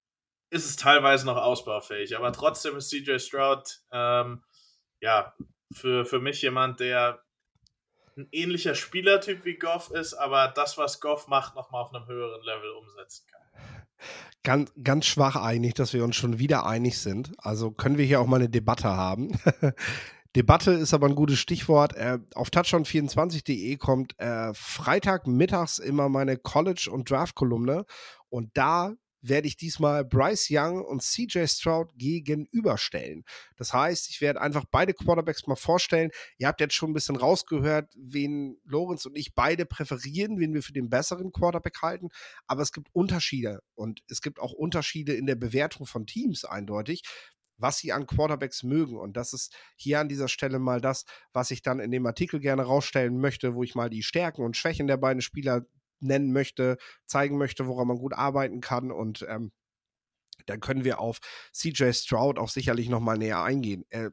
ist es teilweise noch ausbaufähig. Aber trotzdem ist C J Stroud ähm, ja, für, für mich jemand, der ein ähnlicher Spielertyp wie Goff ist, aber das, was Goff macht, nochmal auf einem höheren Level umsetzen kann. Ganz, ganz schwach einig, dass wir uns schon wieder einig sind. Also können wir hier auch mal eine Debatte haben. Debatte ist aber ein gutes Stichwort. Äh, auf touchdown vierundzwanzig punkt de kommt äh, Freitagmittags immer meine College- und Draft-Kolumne. Und da werde ich diesmal Bryce Young und C J Stroud gegenüberstellen. Das heißt, ich werde einfach beide Quarterbacks mal vorstellen. Ihr habt jetzt schon ein bisschen rausgehört, wen Lorenz und ich beide präferieren, wen wir für den besseren Quarterback halten. Aber es gibt Unterschiede und es gibt auch Unterschiede in der Bewertung von Teams eindeutig, was sie an Quarterbacks mögen. Und das ist hier an dieser Stelle mal das, was ich dann in dem Artikel gerne rausstellen möchte, wo ich mal die Stärken und Schwächen der beiden Spieler nennen möchte, zeigen möchte, woran man gut arbeiten kann. Und ähm, dann können wir auf C J Stroud auch sicherlich noch mal näher eingehen. Äh,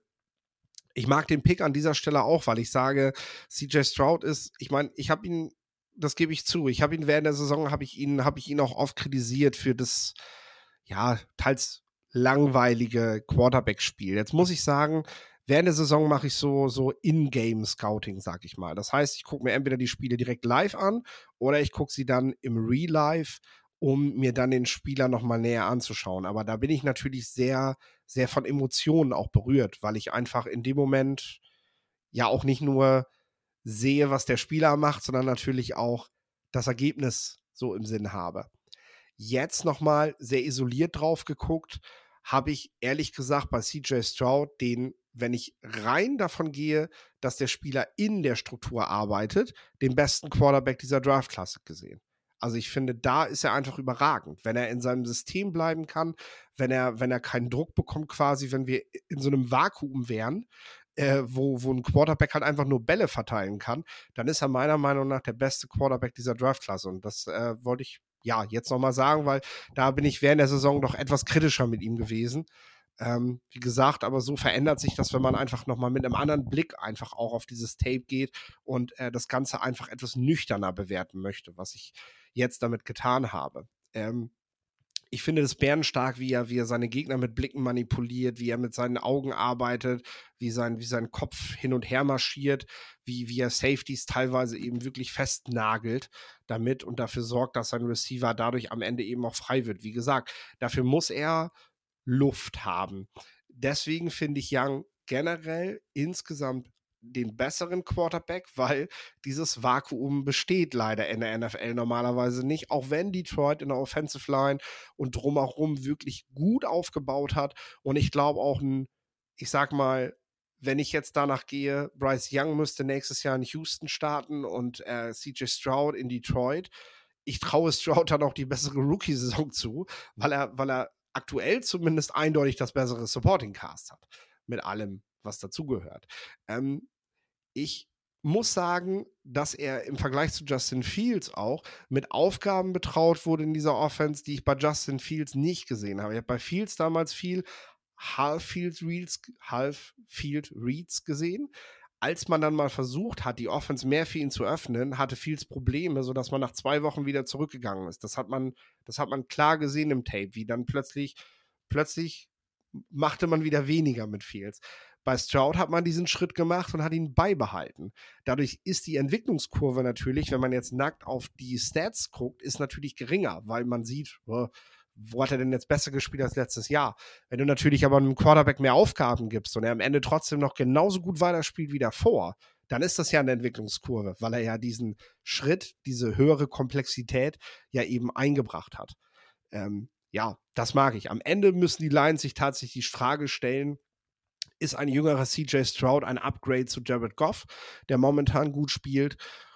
ich mag den Pick an dieser Stelle auch, weil ich sage, C J Stroud ist, ich meine, ich habe ihn, das gebe ich zu, ich habe ihn während der Saison, habe ich ihn, habe ich ihn auch oft kritisiert für das, ja, teils langweilige Quarterback-Spiel. Jetzt muss ich sagen, während der Saison mache ich so, so In-Game-Scouting, sag ich mal. Das heißt, ich gucke mir entweder die Spiele direkt live an oder ich gucke sie dann im Real-Life, um mir dann den Spieler nochmal näher anzuschauen. Aber da bin ich natürlich sehr, sehr von Emotionen auch berührt, weil ich einfach in dem Moment ja auch nicht nur sehe, was der Spieler macht, sondern natürlich auch das Ergebnis so im Sinn habe. Jetzt nochmal sehr isoliert drauf geguckt, habe ich ehrlich gesagt bei C J Stroud den, wenn ich rein davon gehe, dass der Spieler in der Struktur arbeitet, den besten Quarterback dieser Draftklasse gesehen. Also ich finde, da ist er einfach überragend, wenn er in seinem System bleiben kann, wenn er, wenn er keinen Druck bekommt quasi, wenn wir in so einem Vakuum wären, äh, wo, wo ein Quarterback halt einfach nur Bälle verteilen kann, dann ist er meiner Meinung nach der beste Quarterback dieser Draftklasse. Und das äh, wollte ich ja jetzt nochmal sagen, weil da bin ich während der Saison doch etwas kritischer mit ihm gewesen. Ähm, wie gesagt, aber so verändert sich das, wenn man einfach nochmal mit einem anderen Blick einfach auch auf dieses Tape geht und äh, das Ganze einfach etwas nüchterner bewerten möchte, was ich jetzt damit getan habe. Ähm, ich finde das bärenstark, wie er, wie er seine Gegner mit Blicken manipuliert, wie er mit seinen Augen arbeitet, wie sein, wie sein Kopf hin und her marschiert, wie, wie er Safeties teilweise eben wirklich festnagelt damit und dafür sorgt, dass sein Receiver dadurch am Ende eben auch frei wird. Wie gesagt, dafür muss er Luft haben. Deswegen finde ich Young generell insgesamt den besseren Quarterback, weil dieses Vakuum besteht leider in der N F L normalerweise nicht, auch wenn Detroit in der Offensive Line und drumherum wirklich gut aufgebaut hat. Und ich glaube auch ein, ich sag mal, wenn ich jetzt danach gehe, Bryce Young müsste nächstes Jahr in Houston starten und äh, C J Stroud in Detroit. Ich traue Stroud dann auch die bessere Rookie-Saison zu, weil er, weil er aktuell zumindest eindeutig das bessere Supporting-Cast hat. Mit allem, was dazugehört. Ähm, ich muss sagen, dass er im Vergleich zu Justin Fields auch mit Aufgaben betraut wurde in dieser Offense, die ich bei Justin Fields nicht gesehen habe. Ich habe bei Fields damals viel Half-Field Reads, Half-Field Reads gesehen. Als man dann mal versucht hat, die Offense mehr für ihn zu öffnen, hatte Fields Probleme, sodass man nach zwei Wochen wieder zurückgegangen ist. Das hat man, das hat man klar gesehen im Tape, wie dann plötzlich, plötzlich machte man wieder weniger mit Fields. Bei Stroud hat man diesen Schritt gemacht und hat ihn beibehalten. Dadurch ist die Entwicklungskurve natürlich, wenn man jetzt nackt auf die Stats guckt, ist natürlich geringer, weil man sieht, oh, wo hat er denn jetzt besser gespielt als letztes Jahr? Wenn du natürlich aber einem Quarterback mehr Aufgaben gibst und er am Ende trotzdem noch genauso gut weiterspielt wie davor, dann ist das ja eine Entwicklungskurve, weil er ja diesen Schritt, diese höhere Komplexität ja eben eingebracht hat. Ähm, ja, das mag ich. Am Ende müssen die Lions sich tatsächlich die Frage stellen, ist ein jüngerer C J Stroud ein Upgrade zu Jared Goff, der momentan gut spielt?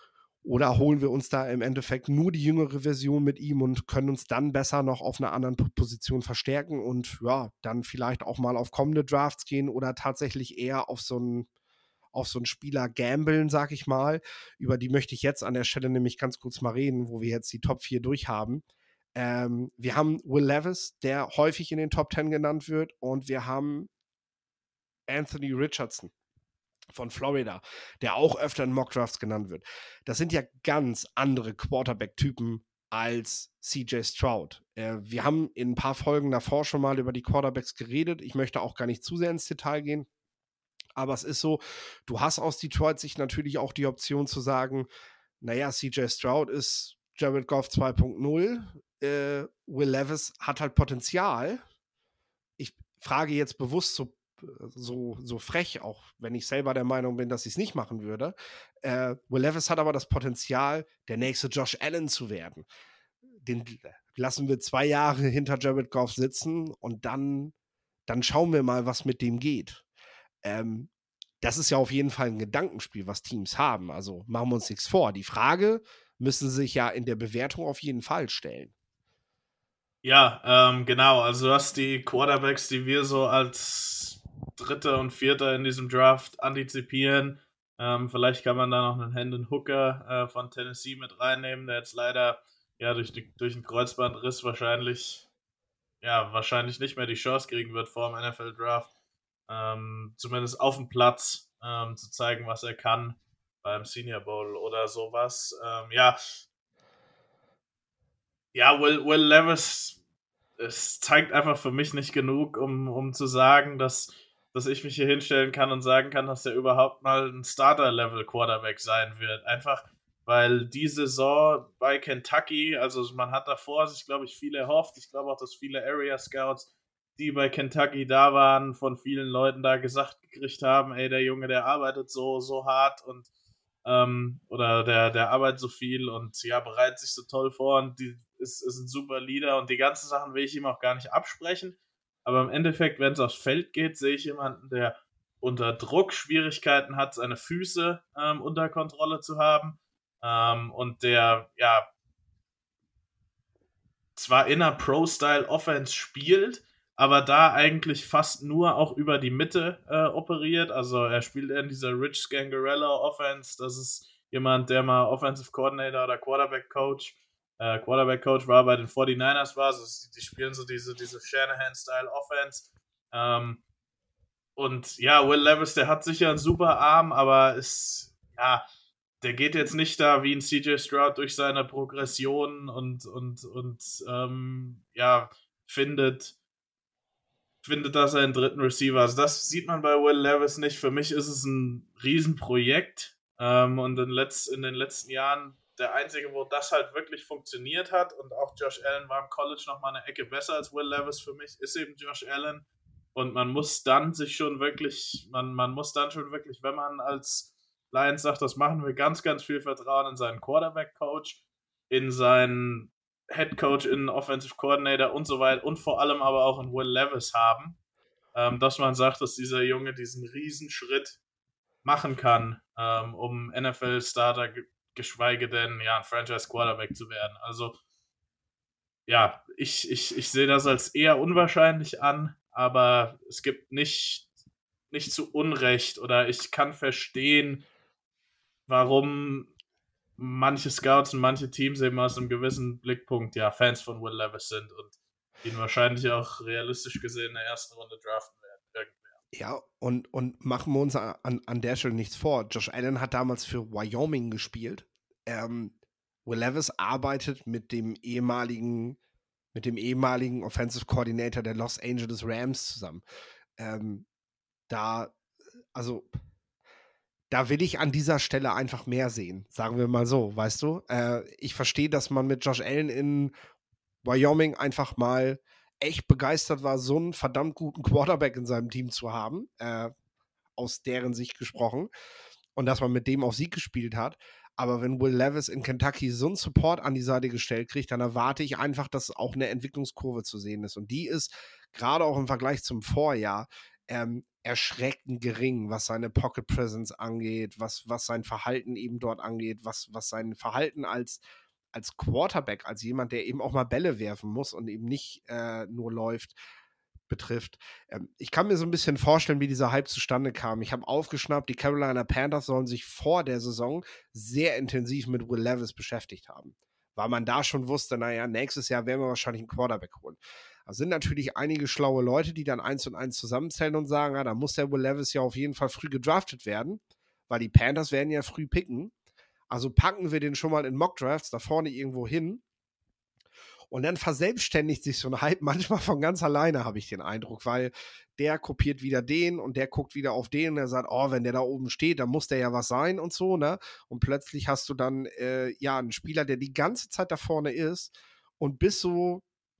Oder holen wir uns da im Endeffekt nur die jüngere Version mit ihm und können uns dann besser noch auf einer anderen Position verstärken und ja, dann vielleicht auch mal auf kommende Drafts gehen oder tatsächlich eher auf so einen auf so einen Spieler gambeln, sag ich mal. Über die möchte ich jetzt an der Stelle nämlich ganz kurz mal reden, wo wir jetzt die Top vier durchhaben. Ähm, wir haben Will Levis, der häufig in den Top Ten genannt wird, und wir haben Anthony Richardson von Florida, der auch öfter in Mockdrafts genannt wird. Das sind ja ganz andere Quarterback-Typen als C J Stroud. Äh, wir haben in ein paar Folgen davor schon mal über die Quarterbacks geredet. Ich möchte auch gar nicht zu sehr ins Detail gehen. Aber es ist so, du hast aus Detroit sich natürlich auch die Option zu sagen, naja, C J Stroud ist Jared Goff zwei Punkt null. Äh, Will Levis hat halt Potenzial. Ich frage jetzt bewusst so, so, so frech, auch wenn ich selber der Meinung bin, dass ich es nicht machen würde. Äh, Will Levis hat aber das Potenzial, der nächste Josh Allen zu werden. Den lassen wir zwei Jahre hinter Jared Goff sitzen und dann, dann schauen wir mal, was mit dem geht. Ähm, das ist ja auf jeden Fall ein Gedankenspiel, was Teams haben. Also machen wir uns nichts vor. Die Frage müssen sie sich ja in der Bewertung auf jeden Fall stellen. Ja, ähm, genau. Also du hast die Quarterbacks, die wir so als Dritter und Vierter in diesem Draft antizipieren. Ähm, vielleicht kann man da noch einen Hendon Hooker äh, von Tennessee mit reinnehmen, der jetzt leider ja durch, die, durch einen Kreuzbandriss wahrscheinlich ja wahrscheinlich nicht mehr die Chance kriegen wird vor dem N F L-Draft. Ähm, zumindest auf dem Platz ähm, zu zeigen, was er kann beim Senior Bowl oder sowas. Ähm, ja, ja, Will, Will Levis, es zeigt einfach für mich nicht genug, um, um zu sagen, dass, dass ich mich hier hinstellen kann und sagen kann, dass er überhaupt mal ein Starter-Level-Quarterback sein wird. Einfach, weil die Saison bei Kentucky, also man hat davor sich, glaube ich, viel erhofft. Ich glaube auch, dass viele Area-Scouts, die bei Kentucky da waren, von vielen Leuten da gesagt gekriegt haben, ey, der Junge, der arbeitet so, so hart und ähm, oder der, der arbeitet so viel und ja, bereitet sich so toll vor und die ist, ist ein super Leader und die ganzen Sachen will ich ihm auch gar nicht absprechen. Aber im Endeffekt, wenn es aufs Feld geht, sehe ich jemanden, der unter Druck Schwierigkeiten hat, seine Füße ähm, unter Kontrolle zu haben ähm, und der, ja, zwar in einer Pro-Style-Offense spielt, aber da eigentlich fast nur auch über die Mitte äh, operiert. Also er spielt in dieser Rich Scangarello-Offense. Das ist jemand, der mal Offensive Coordinator oder Quarterback-Coach äh, Quarterback-Coach war bei den forty-niners war. Also die spielen so diese, diese Shanahan-Style-Offense. Ähm, und ja, Will Levis, der hat sicher einen super Arm, aber ist, ja, der geht jetzt nicht da wie ein C J Stroud durch seine Progression und, und, und ähm, ja, findet findet da seinen dritten Receiver. Also das sieht man bei Will Levis nicht. Für mich ist es ein Riesenprojekt ähm, und in, letzt, in den letzten Jahren der einzige, wo das halt wirklich funktioniert hat und auch Josh Allen war im College nochmal eine Ecke besser als Will Levis für mich, ist eben Josh Allen und man muss dann sich schon wirklich, man, man muss dann schon wirklich, wenn man als Lions sagt, das machen wir, ganz, ganz viel Vertrauen in seinen Quarterback-Coach, in seinen Head Coach, in Offensive Coordinator und so weiter und vor allem aber auch in Will Levis haben, ähm, dass man sagt, dass dieser Junge diesen Riesenschritt machen kann, ähm, um N F L-Starter, ge- geschweige denn ja, ein Franchise-Quarterback zu werden. Also ja, ich, ich, ich sehe das als eher unwahrscheinlich an, aber es gibt nicht, nicht zu Unrecht oder ich kann verstehen, warum manche Scouts und manche Teams eben aus einem gewissen Blickpunkt ja Fans von Will Levis sind und ihn wahrscheinlich auch realistisch gesehen in der ersten Runde draften werden. Irgendwer. Ja, und, und machen wir uns an, an der Stelle nichts vor. Josh Allen hat damals für Wyoming gespielt. Ähm, Will Levis arbeitet mit dem ehemaligen, mit dem ehemaligen Offensive Coordinator der Los Angeles Rams zusammen. Ähm, da, also Da will ich an dieser Stelle einfach mehr sehen, sagen wir mal so, weißt du? Äh, ich verstehe, dass man mit Josh Allen in Wyoming einfach mal echt begeistert war, so einen verdammt guten Quarterback in seinem Team zu haben, äh, aus deren Sicht gesprochen, und dass man mit dem auf Sieg gespielt hat. Aber wenn Will Levis in Kentucky so einen Support an die Seite gestellt kriegt, dann erwarte ich einfach, dass auch eine Entwicklungskurve zu sehen ist. Und die ist gerade auch im Vergleich zum Vorjahr ähm, erschreckend gering, was seine Pocket Presence angeht, was, was sein Verhalten eben dort angeht, was, was sein Verhalten als, als Quarterback, als jemand, der eben auch mal Bälle werfen muss und eben nicht äh, nur läuft, betrifft. Ähm, ich kann mir so ein bisschen vorstellen, wie dieser Hype zustande kam. Ich habe aufgeschnappt, die Carolina Panthers sollen sich vor der Saison sehr intensiv mit Will Levis beschäftigt haben. weil man da schon wusste, naja, nächstes Jahr werden wir wahrscheinlich einen Quarterback holen. Da sind natürlich einige schlaue Leute, die dann eins und eins zusammenzählen und sagen, ja, da muss der Will Levis ja auf jeden Fall früh gedraftet werden, weil die Panthers werden ja früh picken. Also packen wir den schon mal in Mockdrafts da vorne irgendwo hin. Und dann verselbstständigt sich so ein Hype manchmal von ganz alleine, habe ich den Eindruck, weil der kopiert wieder den und der guckt wieder auf den und er sagt, oh, wenn der da oben steht, dann muss der ja was sein und so, ne? Und plötzlich hast du dann, äh, ja, einen Spieler, der die ganze Zeit da vorne ist und bis so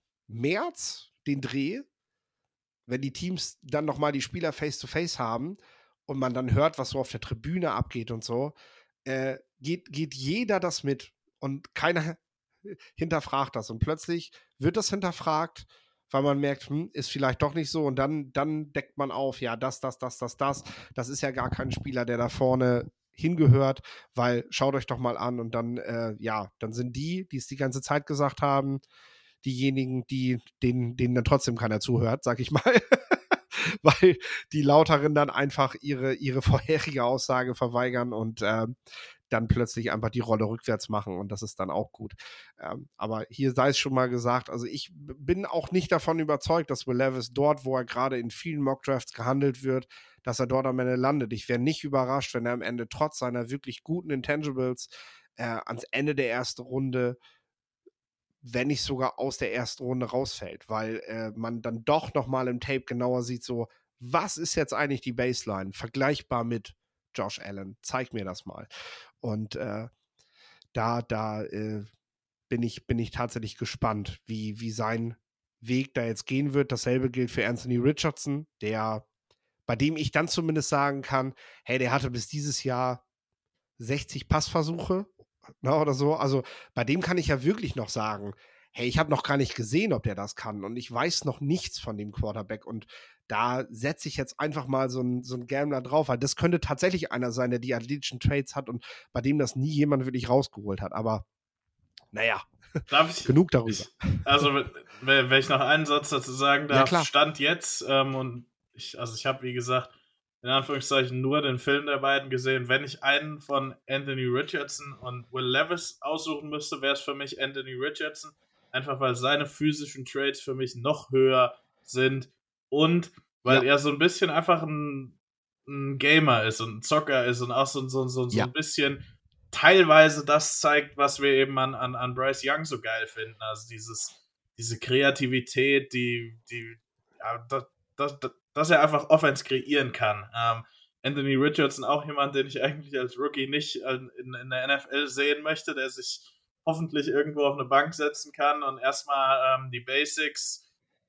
März den Dreh, wenn die Teams dann nochmal die Spieler face-to-face haben und man dann hört, was so auf der Tribüne abgeht und so, äh, geht, geht jeder das mit und keiner hinterfragt das. Und plötzlich wird das hinterfragt, weil man merkt, hm, ist vielleicht doch nicht so und dann, dann deckt man auf, ja, das, das, das, das, das, das ist ja gar kein Spieler, der da vorne hingehört, weil schaut euch doch mal an und dann, äh, ja, dann sind die, die es die ganze Zeit gesagt haben, diejenigen, die, denen, denen dann trotzdem keiner zuhört, sag ich mal, weil die Lauteren dann einfach ihre, ihre vorherige Aussage verweigern und äh, dann plötzlich einfach die Rolle rückwärts machen und das ist dann auch gut. Ähm, aber hier sei es schon mal gesagt, also ich bin auch nicht davon überzeugt, dass Will Levis dort, wo er gerade in vielen Mockdrafts gehandelt wird, dass er dort am Ende landet. Ich wäre nicht überrascht, wenn er am Ende trotz seiner wirklich guten Intangibles äh, ans Ende der ersten Runde, wenn nicht sogar aus der ersten Runde rausfällt, weil äh, man dann doch nochmal im Tape genauer sieht, so, was ist jetzt eigentlich die Baseline, vergleichbar mit Josh Allen, zeig mir das mal. Und äh, da, da äh, bin ich, bin ich tatsächlich gespannt, wie, wie sein Weg da jetzt gehen wird. Dasselbe gilt für Anthony Richardson, der, bei dem ich dann zumindest sagen kann, hey, der hatte bis dieses Jahr sechzig Passversuche, na, oder so. Also bei dem kann ich ja wirklich noch sagen, hey, ich habe noch gar nicht gesehen, ob der das kann und ich weiß noch nichts von dem Quarterback und da setze ich jetzt einfach mal so einen so Gambler drauf, weil das könnte tatsächlich einer sein, der die athletischen Traits hat und bei dem das nie jemand wirklich rausgeholt hat, aber naja, darf ich, genug darüber. Ich, also wenn ich noch einen Satz dazu sagen darf, ja, Stand jetzt ähm, und ich, also ich habe, wie gesagt, in Anführungszeichen nur den Film der beiden gesehen. Wenn ich einen von Anthony Richardson und Will Levis aussuchen müsste, wäre es für mich Anthony Richardson. Einfach weil seine physischen Traits für mich noch höher sind und weil ja. er so ein bisschen einfach ein, ein Gamer ist und ein Zocker ist und auch so, so, so, so ja. ein bisschen teilweise das zeigt, was wir eben an, an, an Bryce Young so geil finden. Also dieses, diese Kreativität, die, die ja, das, das, das dass er einfach Offense kreieren kann. Ähm, Anthony Richardson auch jemand, den ich eigentlich als Rookie nicht in, in der N F L sehen möchte, der sich hoffentlich irgendwo auf eine Bank setzen kann und erstmal ähm, die Basics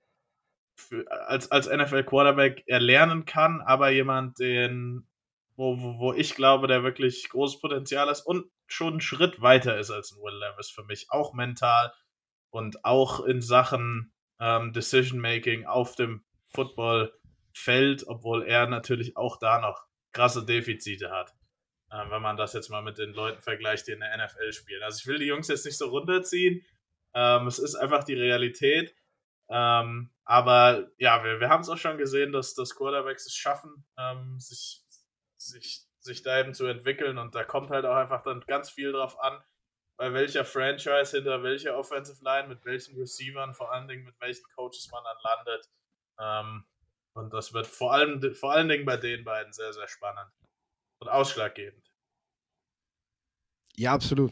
für, als, als N F L-Quarterback erlernen kann, aber jemand, den, wo, wo, wo ich glaube, der wirklich großes Potenzial ist und schon einen Schritt weiter ist als ein Will Levis für mich, auch mental und auch in Sachen ähm, Decision-Making auf dem Football Feld, obwohl er natürlich auch da noch krasse Defizite hat, ähm, wenn man das jetzt mal mit den Leuten vergleicht, die in der N F L spielen. Also ich will die Jungs jetzt nicht so runterziehen, ähm, es ist einfach die Realität, ähm, aber ja, wir, wir haben es auch schon gesehen, dass, dass Quarterbacks es schaffen, ähm, sich, sich, sich da eben zu entwickeln und da kommt halt auch einfach dann ganz viel drauf an, bei welcher Franchise, hinter welcher Offensive Line, mit welchen Receivern, vor allen Dingen mit welchen Coaches man dann landet. Ähm, Und das wird vor allem vor allen Dingen bei den beiden sehr, sehr spannend und ausschlaggebend. Ja, absolut.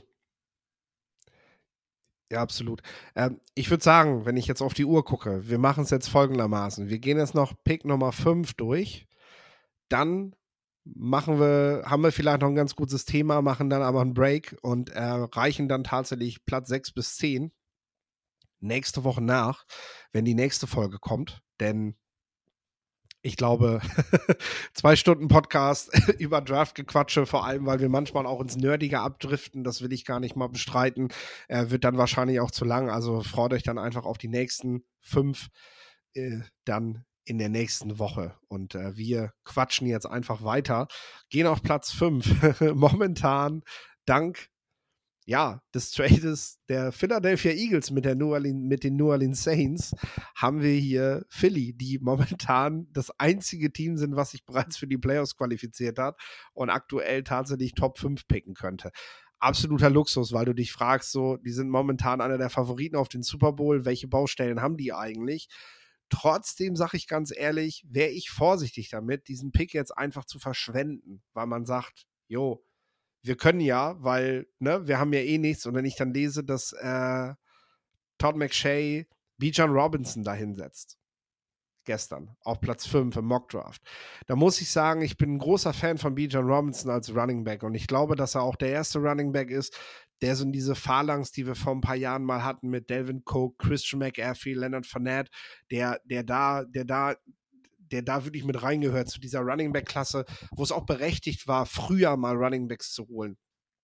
Ja, absolut. Ähm, ich würde sagen, wenn ich jetzt auf die Uhr gucke, wir machen es jetzt folgendermaßen. Wir gehen jetzt noch Pick Nummer fünf durch. Dann machen wir, haben wir vielleicht noch ein ganz gutes Thema, machen dann aber einen Break und erreichen dann tatsächlich Platz sechs bis zehn nächste Woche nach, wenn die nächste Folge kommt. Denn ich glaube, zwei Stunden Podcast über Draft-Gequatsche, vor allem, weil wir manchmal auch ins Nerdige abdriften, das will ich gar nicht mal bestreiten, äh, wird dann wahrscheinlich auch zu lang. Also freut euch dann einfach auf die nächsten fünf äh, dann in der nächsten Woche. Und äh, wir quatschen jetzt einfach weiter. Gehen auf Platz fünf. Momentan dank ja, des Trades der Philadelphia Eagles mit, der New Orleans, mit den New Orleans Saints haben wir hier Philly, die momentan das einzige Team sind, was sich bereits für die Playoffs qualifiziert hat und aktuell tatsächlich Top fünf picken könnte. absoluter Luxus, weil du dich fragst, so, die sind momentan einer der Favoriten auf den Super Bowl, welche Baustellen haben die eigentlich? Trotzdem sage ich ganz ehrlich, wäre ich vorsichtig damit, diesen Pick jetzt einfach zu verschwenden, weil man sagt, jo, wir können ja, weil, ne, wir haben ja eh nichts. Und wenn ich dann lese, dass äh, Todd McShay Bijan Robinson da hinsetzt, gestern, auf Platz fünf im Mockdraft, da muss ich sagen, ich bin ein großer Fan von Bijan Robinson als Running Back und ich glaube, dass er auch der erste Running Back ist, der so in diese Phalanx, die wir vor ein paar Jahren mal hatten mit Dalvin Cook, Christian McCaffrey, Leonard Fournette, der, der da, der da, der da wirklich mit reingehört zu dieser Running Back-Klasse, wo es auch berechtigt war, früher mal Running Backs zu holen.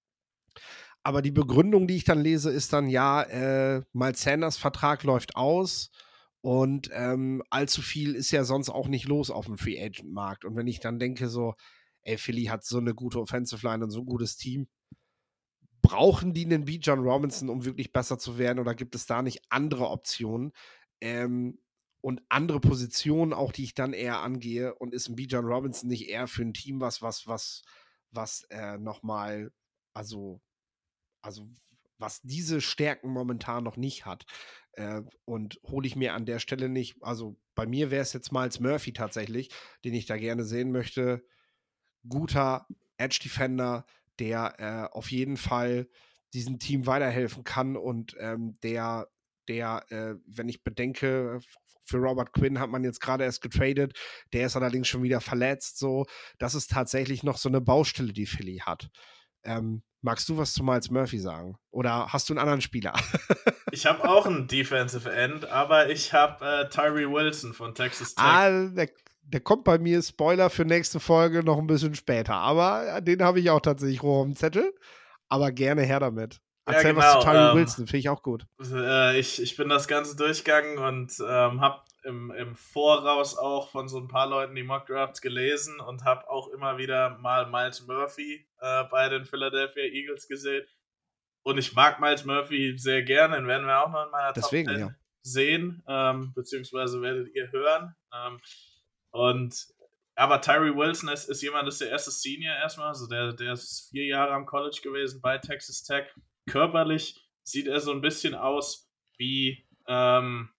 Aber die Begründung, die ich dann lese, ist dann, ja, äh, Miles Sanders Vertrag läuft aus und ähm, allzu viel ist ja sonst auch nicht los auf dem Free Agent Markt. Und wenn ich dann denke so, ey, Philly hat so eine gute Offensive Line und so ein gutes Team, brauchen die einen Bijan Robinson, um wirklich besser zu werden, oder gibt es da nicht andere Optionen ähm, und andere Positionen auch, die ich dann eher angehe, und ist ein Bijan Robinson nicht eher für ein Team was, was, was, was äh, nochmal, also Also was diese Stärken momentan noch nicht hat. Äh, und hole ich mir an der Stelle nicht, also bei mir wäre es jetzt Miles Murphy tatsächlich, den ich da gerne sehen möchte. Guter Edge-Defender, der äh, auf jeden Fall diesem Team weiterhelfen kann und ähm, der, der äh, wenn ich bedenke, für Robert Quinn hat man jetzt gerade erst getradet, der ist allerdings schon wieder verletzt, so. Das ist tatsächlich noch so eine Baustelle, die Philly hat. Ähm, magst du was zu Miles Murphy sagen? Oder hast du einen anderen Spieler? Ich habe auch einen Defensive End, aber ich habe äh, Tyree Wilson von Texas Tech. Ah, der, der kommt bei mir, Spoiler für nächste Folge, noch ein bisschen später. Aber den habe ich auch tatsächlich hoch im Zettel. Aber gerne her damit. Erzähl ja, genau, was zu Tyree ähm, Wilson, finde ich auch gut. Äh, ich, ich bin das Ganze durchgegangen und ähm, habe im, im Voraus auch von so ein paar Leuten die Mockdrafts gelesen und habe auch immer wieder mal Miles Murphy äh, bei den Philadelphia Eagles gesehen. Und ich mag Miles Murphy sehr gerne, den werden wir auch noch in meiner Deswegen, Top zehn ja. sehen, ähm, beziehungsweise werdet ihr hören. Ähm, und aber Tyree Wilson ist, ist jemand, das ist der erste Senior erstmal, also der, der ist vier Jahre am College gewesen bei Texas Tech. Körperlich sieht er so ein bisschen aus wie ähm,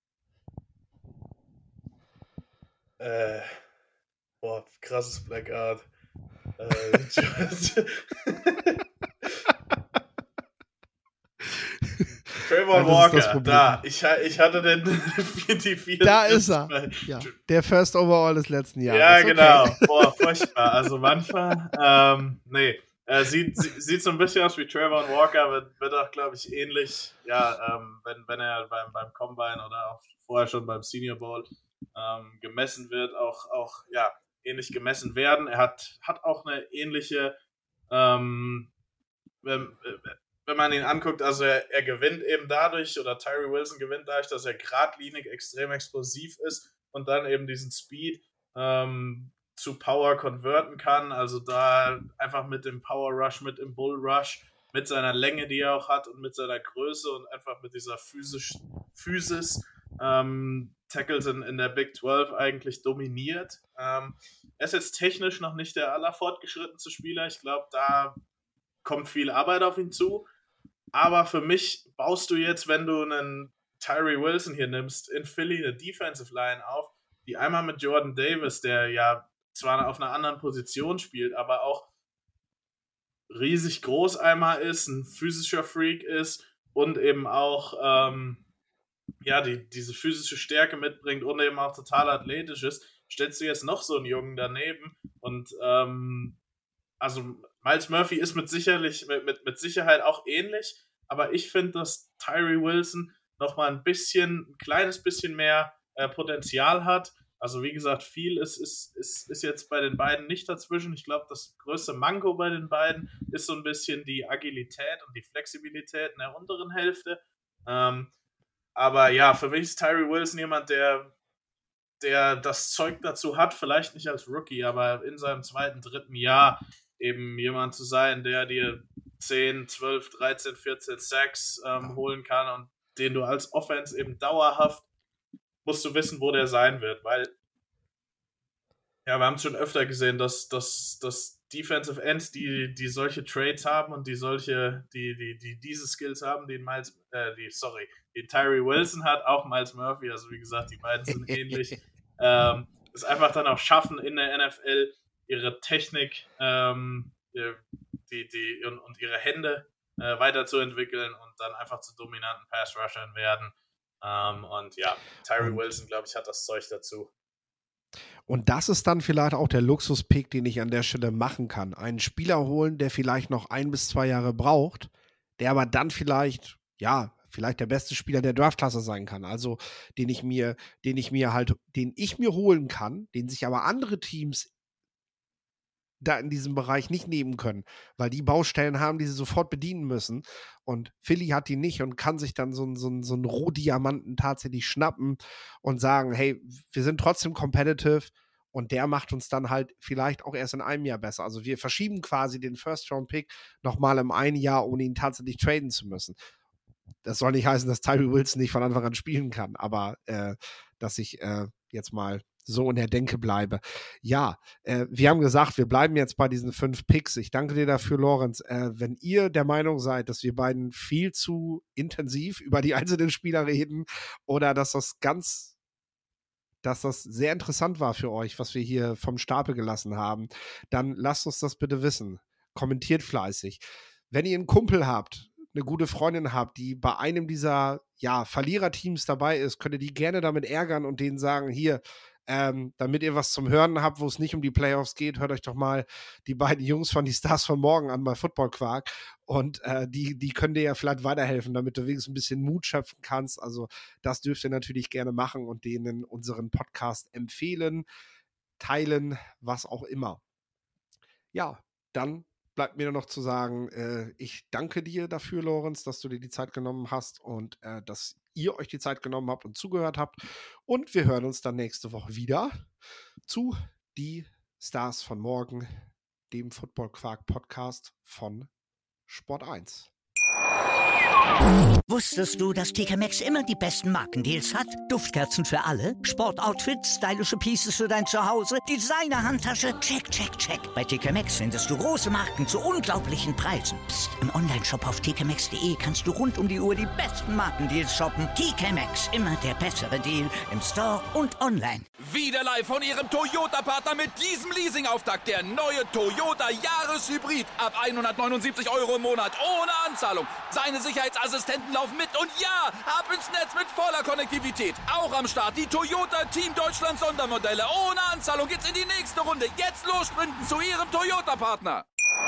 äh, boah, krasses Blackout. Äh, Trayvon Walker, da. Ich, ich hatte den die vier. Da ist er. Ja, der First Overall des letzten Jahres. Ja, okay. Genau. Boah, furchtbar. Also manchmal, ähm, nee. Äh, sieht, sieht so ein bisschen aus wie Trayvon Walker, wird, wird auch, glaube ich, ähnlich, ja, ähm, wenn, wenn er beim, beim Combine oder auch vorher schon beim Senior Bowl ähm, gemessen wird, auch, auch, ja, ähnlich gemessen werden. Er hat, hat auch eine ähnliche, ähm, wenn, wenn man ihn anguckt, also er, er gewinnt eben dadurch, oder Tyree Wilson gewinnt dadurch, dass er geradlinig extrem explosiv ist und dann eben diesen Speed ähm, zu Power konverten kann, also da einfach mit dem Power Rush, mit dem Bull Rush, mit seiner Länge, die er auch hat und mit seiner Größe und einfach mit dieser Physis, Physis ähm, Tackles in, in der Big zwölf eigentlich dominiert. Ähm, er ist jetzt technisch noch nicht der allerfortgeschrittenste Spieler, ich glaube, da kommt viel Arbeit auf ihn zu, aber für mich baust du jetzt, wenn du einen Tyree Wilson hier nimmst, in Philly eine Defensive Line auf, die einmal mit Jordan Davis, der ja zwar auf einer anderen Position spielt, aber auch riesig groß einmal ist, ein physischer Freak ist und eben auch ähm, ja, die, diese physische Stärke mitbringt und eben auch total athletisch ist, stellst du jetzt noch so einen Jungen daneben und ähm, also Miles Murphy ist mit, sicherlich, mit, mit, mit Sicherheit auch ähnlich, aber ich finde, dass Tyree Wilson nochmal ein bisschen, ein kleines bisschen mehr äh, Potenzial hat. Also wie gesagt, viel ist, ist, ist, ist jetzt bei den beiden nicht dazwischen. Ich glaube, das größte Manko bei den beiden ist so ein bisschen die Agilität und die Flexibilität in der unteren Hälfte. Ähm, aber ja, für mich ist Tyree Wilson jemand, der, der das Zeug dazu hat, vielleicht nicht als Rookie, aber in seinem zweiten, dritten Jahr eben jemand zu sein, der dir zehn, zwölf, dreizehn, vierzehn Sacks ähm, holen kann und den du als Offense eben dauerhaft musst du wissen, wo der sein wird, weil ja, wir haben es schon öfter gesehen, dass, dass, dass Defensive Ends, die, die solche Traits haben und die solche, die, die, die diese Skills haben, den Miles, äh, die, sorry, den Tyree Wilson hat, auch Myles Murphy, also wie gesagt, die beiden sind ähnlich, ähm, es einfach dann auch schaffen, in der N F L ihre Technik ähm, die, die, und, und ihre Hände äh, weiterzuentwickeln und dann einfach zu dominanten Pass-Rushern werden. Ähm, und ja, Tyree Wilson, glaube ich, hat das Zeug dazu. Und das ist dann vielleicht auch der Luxus-Pick, den ich an der Stelle machen kann. Einen Spieler holen, der vielleicht noch ein bis zwei Jahre braucht, der aber dann vielleicht, ja, vielleicht der beste Spieler der Draftklasse sein kann. Also den ich mir, den ich mir halt, den ich mir holen kann, den sich aber andere Teams da in diesem Bereich nicht nehmen können, weil die Baustellen haben, die sie sofort bedienen müssen. Und Philly hat die nicht und kann sich dann so einen so so einen Rohdiamanten tatsächlich schnappen und sagen, hey, wir sind trotzdem competitive und der macht uns dann halt vielleicht auch erst in einem Jahr besser. Also wir verschieben quasi den First-Round-Pick nochmal im einen Jahr, ohne ihn tatsächlich traden zu müssen. Das soll nicht heißen, dass Tyree Wilson nicht von Anfang an spielen kann, aber äh, dass ich äh, jetzt mal so in der Denke bleibe. Ja, äh, wir haben gesagt, wir bleiben jetzt bei diesen fünf Picks. Ich danke dir dafür, Lorenz. Äh, wenn ihr der Meinung seid, dass wir beiden viel zu intensiv über die einzelnen Spieler reden oder dass das ganz, dass das sehr interessant war für euch, was wir hier vom Stapel gelassen haben, dann lasst uns das bitte wissen. Kommentiert fleißig. Wenn ihr einen Kumpel habt, eine gute Freundin habt, die bei einem dieser ja, Verliererteams dabei ist, könnt ihr die gerne damit ärgern und denen sagen, hier, Ähm, damit ihr was zum Hören habt, wo es nicht um die Playoffs geht, hört euch doch mal die beiden Jungs von die Stars von morgen an bei Football Quark und äh, die, die können dir ja vielleicht weiterhelfen, damit du wenigstens ein bisschen Mut schöpfen kannst. Also das dürft ihr natürlich gerne machen und denen unseren Podcast empfehlen, teilen, was auch immer. Ja, dann bleibt mir nur noch zu sagen, äh, ich danke dir dafür, Lorenz, dass du dir die Zeit genommen hast und äh, dass ihr euch die Zeit genommen habt und zugehört habt. Und wir hören uns dann nächste Woche wieder zu Die Stars von morgen, dem Football Quark Podcast von Sport eins. Wusstest du, dass T K Maxx immer die besten Markendeals hat? Duftkerzen für alle, Sportoutfits, stylische Pieces für dein Zuhause, Designer-Handtasche, check, check, check. Bei T K Maxx findest du große Marken zu unglaublichen Preisen. Psst. Im Onlineshop auf t k maxx punkt d e kannst du rund um die Uhr die besten Markendeals shoppen. T K Maxx, immer der bessere Deal im Store und online. Wieder live von Ihrem Toyota-Partner mit diesem Leasing-Auftakt. Der neue Toyota Jahreshybrid. Ab hundertneunundsiebzig Euro im Monat ohne Anzahlung. Seine Sicherheitsassistenten laufen mit und ja, ab ins Netz mit voller Konnektivität. Auch am Start die Toyota Team Deutschland Sondermodelle. Ohne Anzahlung geht's in die nächste Runde. Jetzt los sprinten zu Ihrem Toyota-Partner.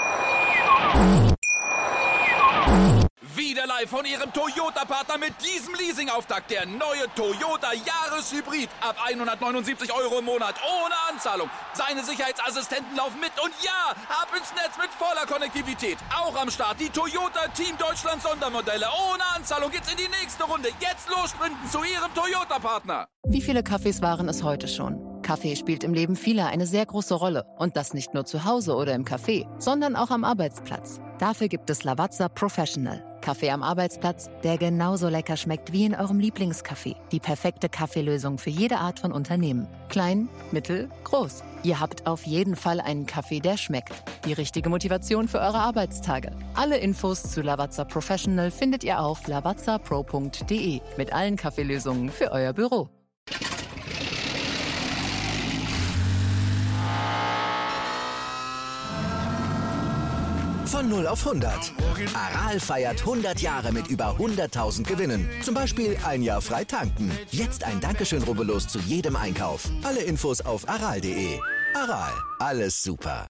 Wieder live von Ihrem Toyota-Partner mit diesem Leasing-Auftakt. Der neue Toyota Jahreshybrid. Ab hundertneunundsiebzig Euro im Monat ohne Anzahlung. Seine Sicherheitsassistenten laufen mit und ja, ab ins Netz mit voller Konnektivität. Auch am Start die Toyota Team Deutschland Sondermodelle. Ohne Anzahlung geht's in die nächste Runde. Jetzt los sprinten zu Ihrem Toyota-Partner. Wie viele Kaffees waren es heute schon? Kaffee spielt im Leben vieler eine sehr große Rolle. Und das nicht nur zu Hause oder im Café, sondern auch am Arbeitsplatz. Dafür gibt es Lavazza Professional. Kaffee am Arbeitsplatz, der genauso lecker schmeckt wie in eurem Lieblingscafé. Die perfekte Kaffeelösung für jede Art von Unternehmen. Klein, mittel, groß. Ihr habt auf jeden Fall einen Kaffee, der schmeckt. Die richtige Motivation für eure Arbeitstage. Alle Infos zu Lavazza Professional findet ihr auf lavazza pro punkt d e mit allen Kaffeelösungen für euer Büro. Von null auf hundert. Aral feiert hundert Jahre mit über hunderttausend Gewinnen. Zum Beispiel ein Jahr frei tanken. Jetzt ein Dankeschön, rubbellos zu jedem Einkauf. Alle Infos auf aral punkt d e. Aral, alles super.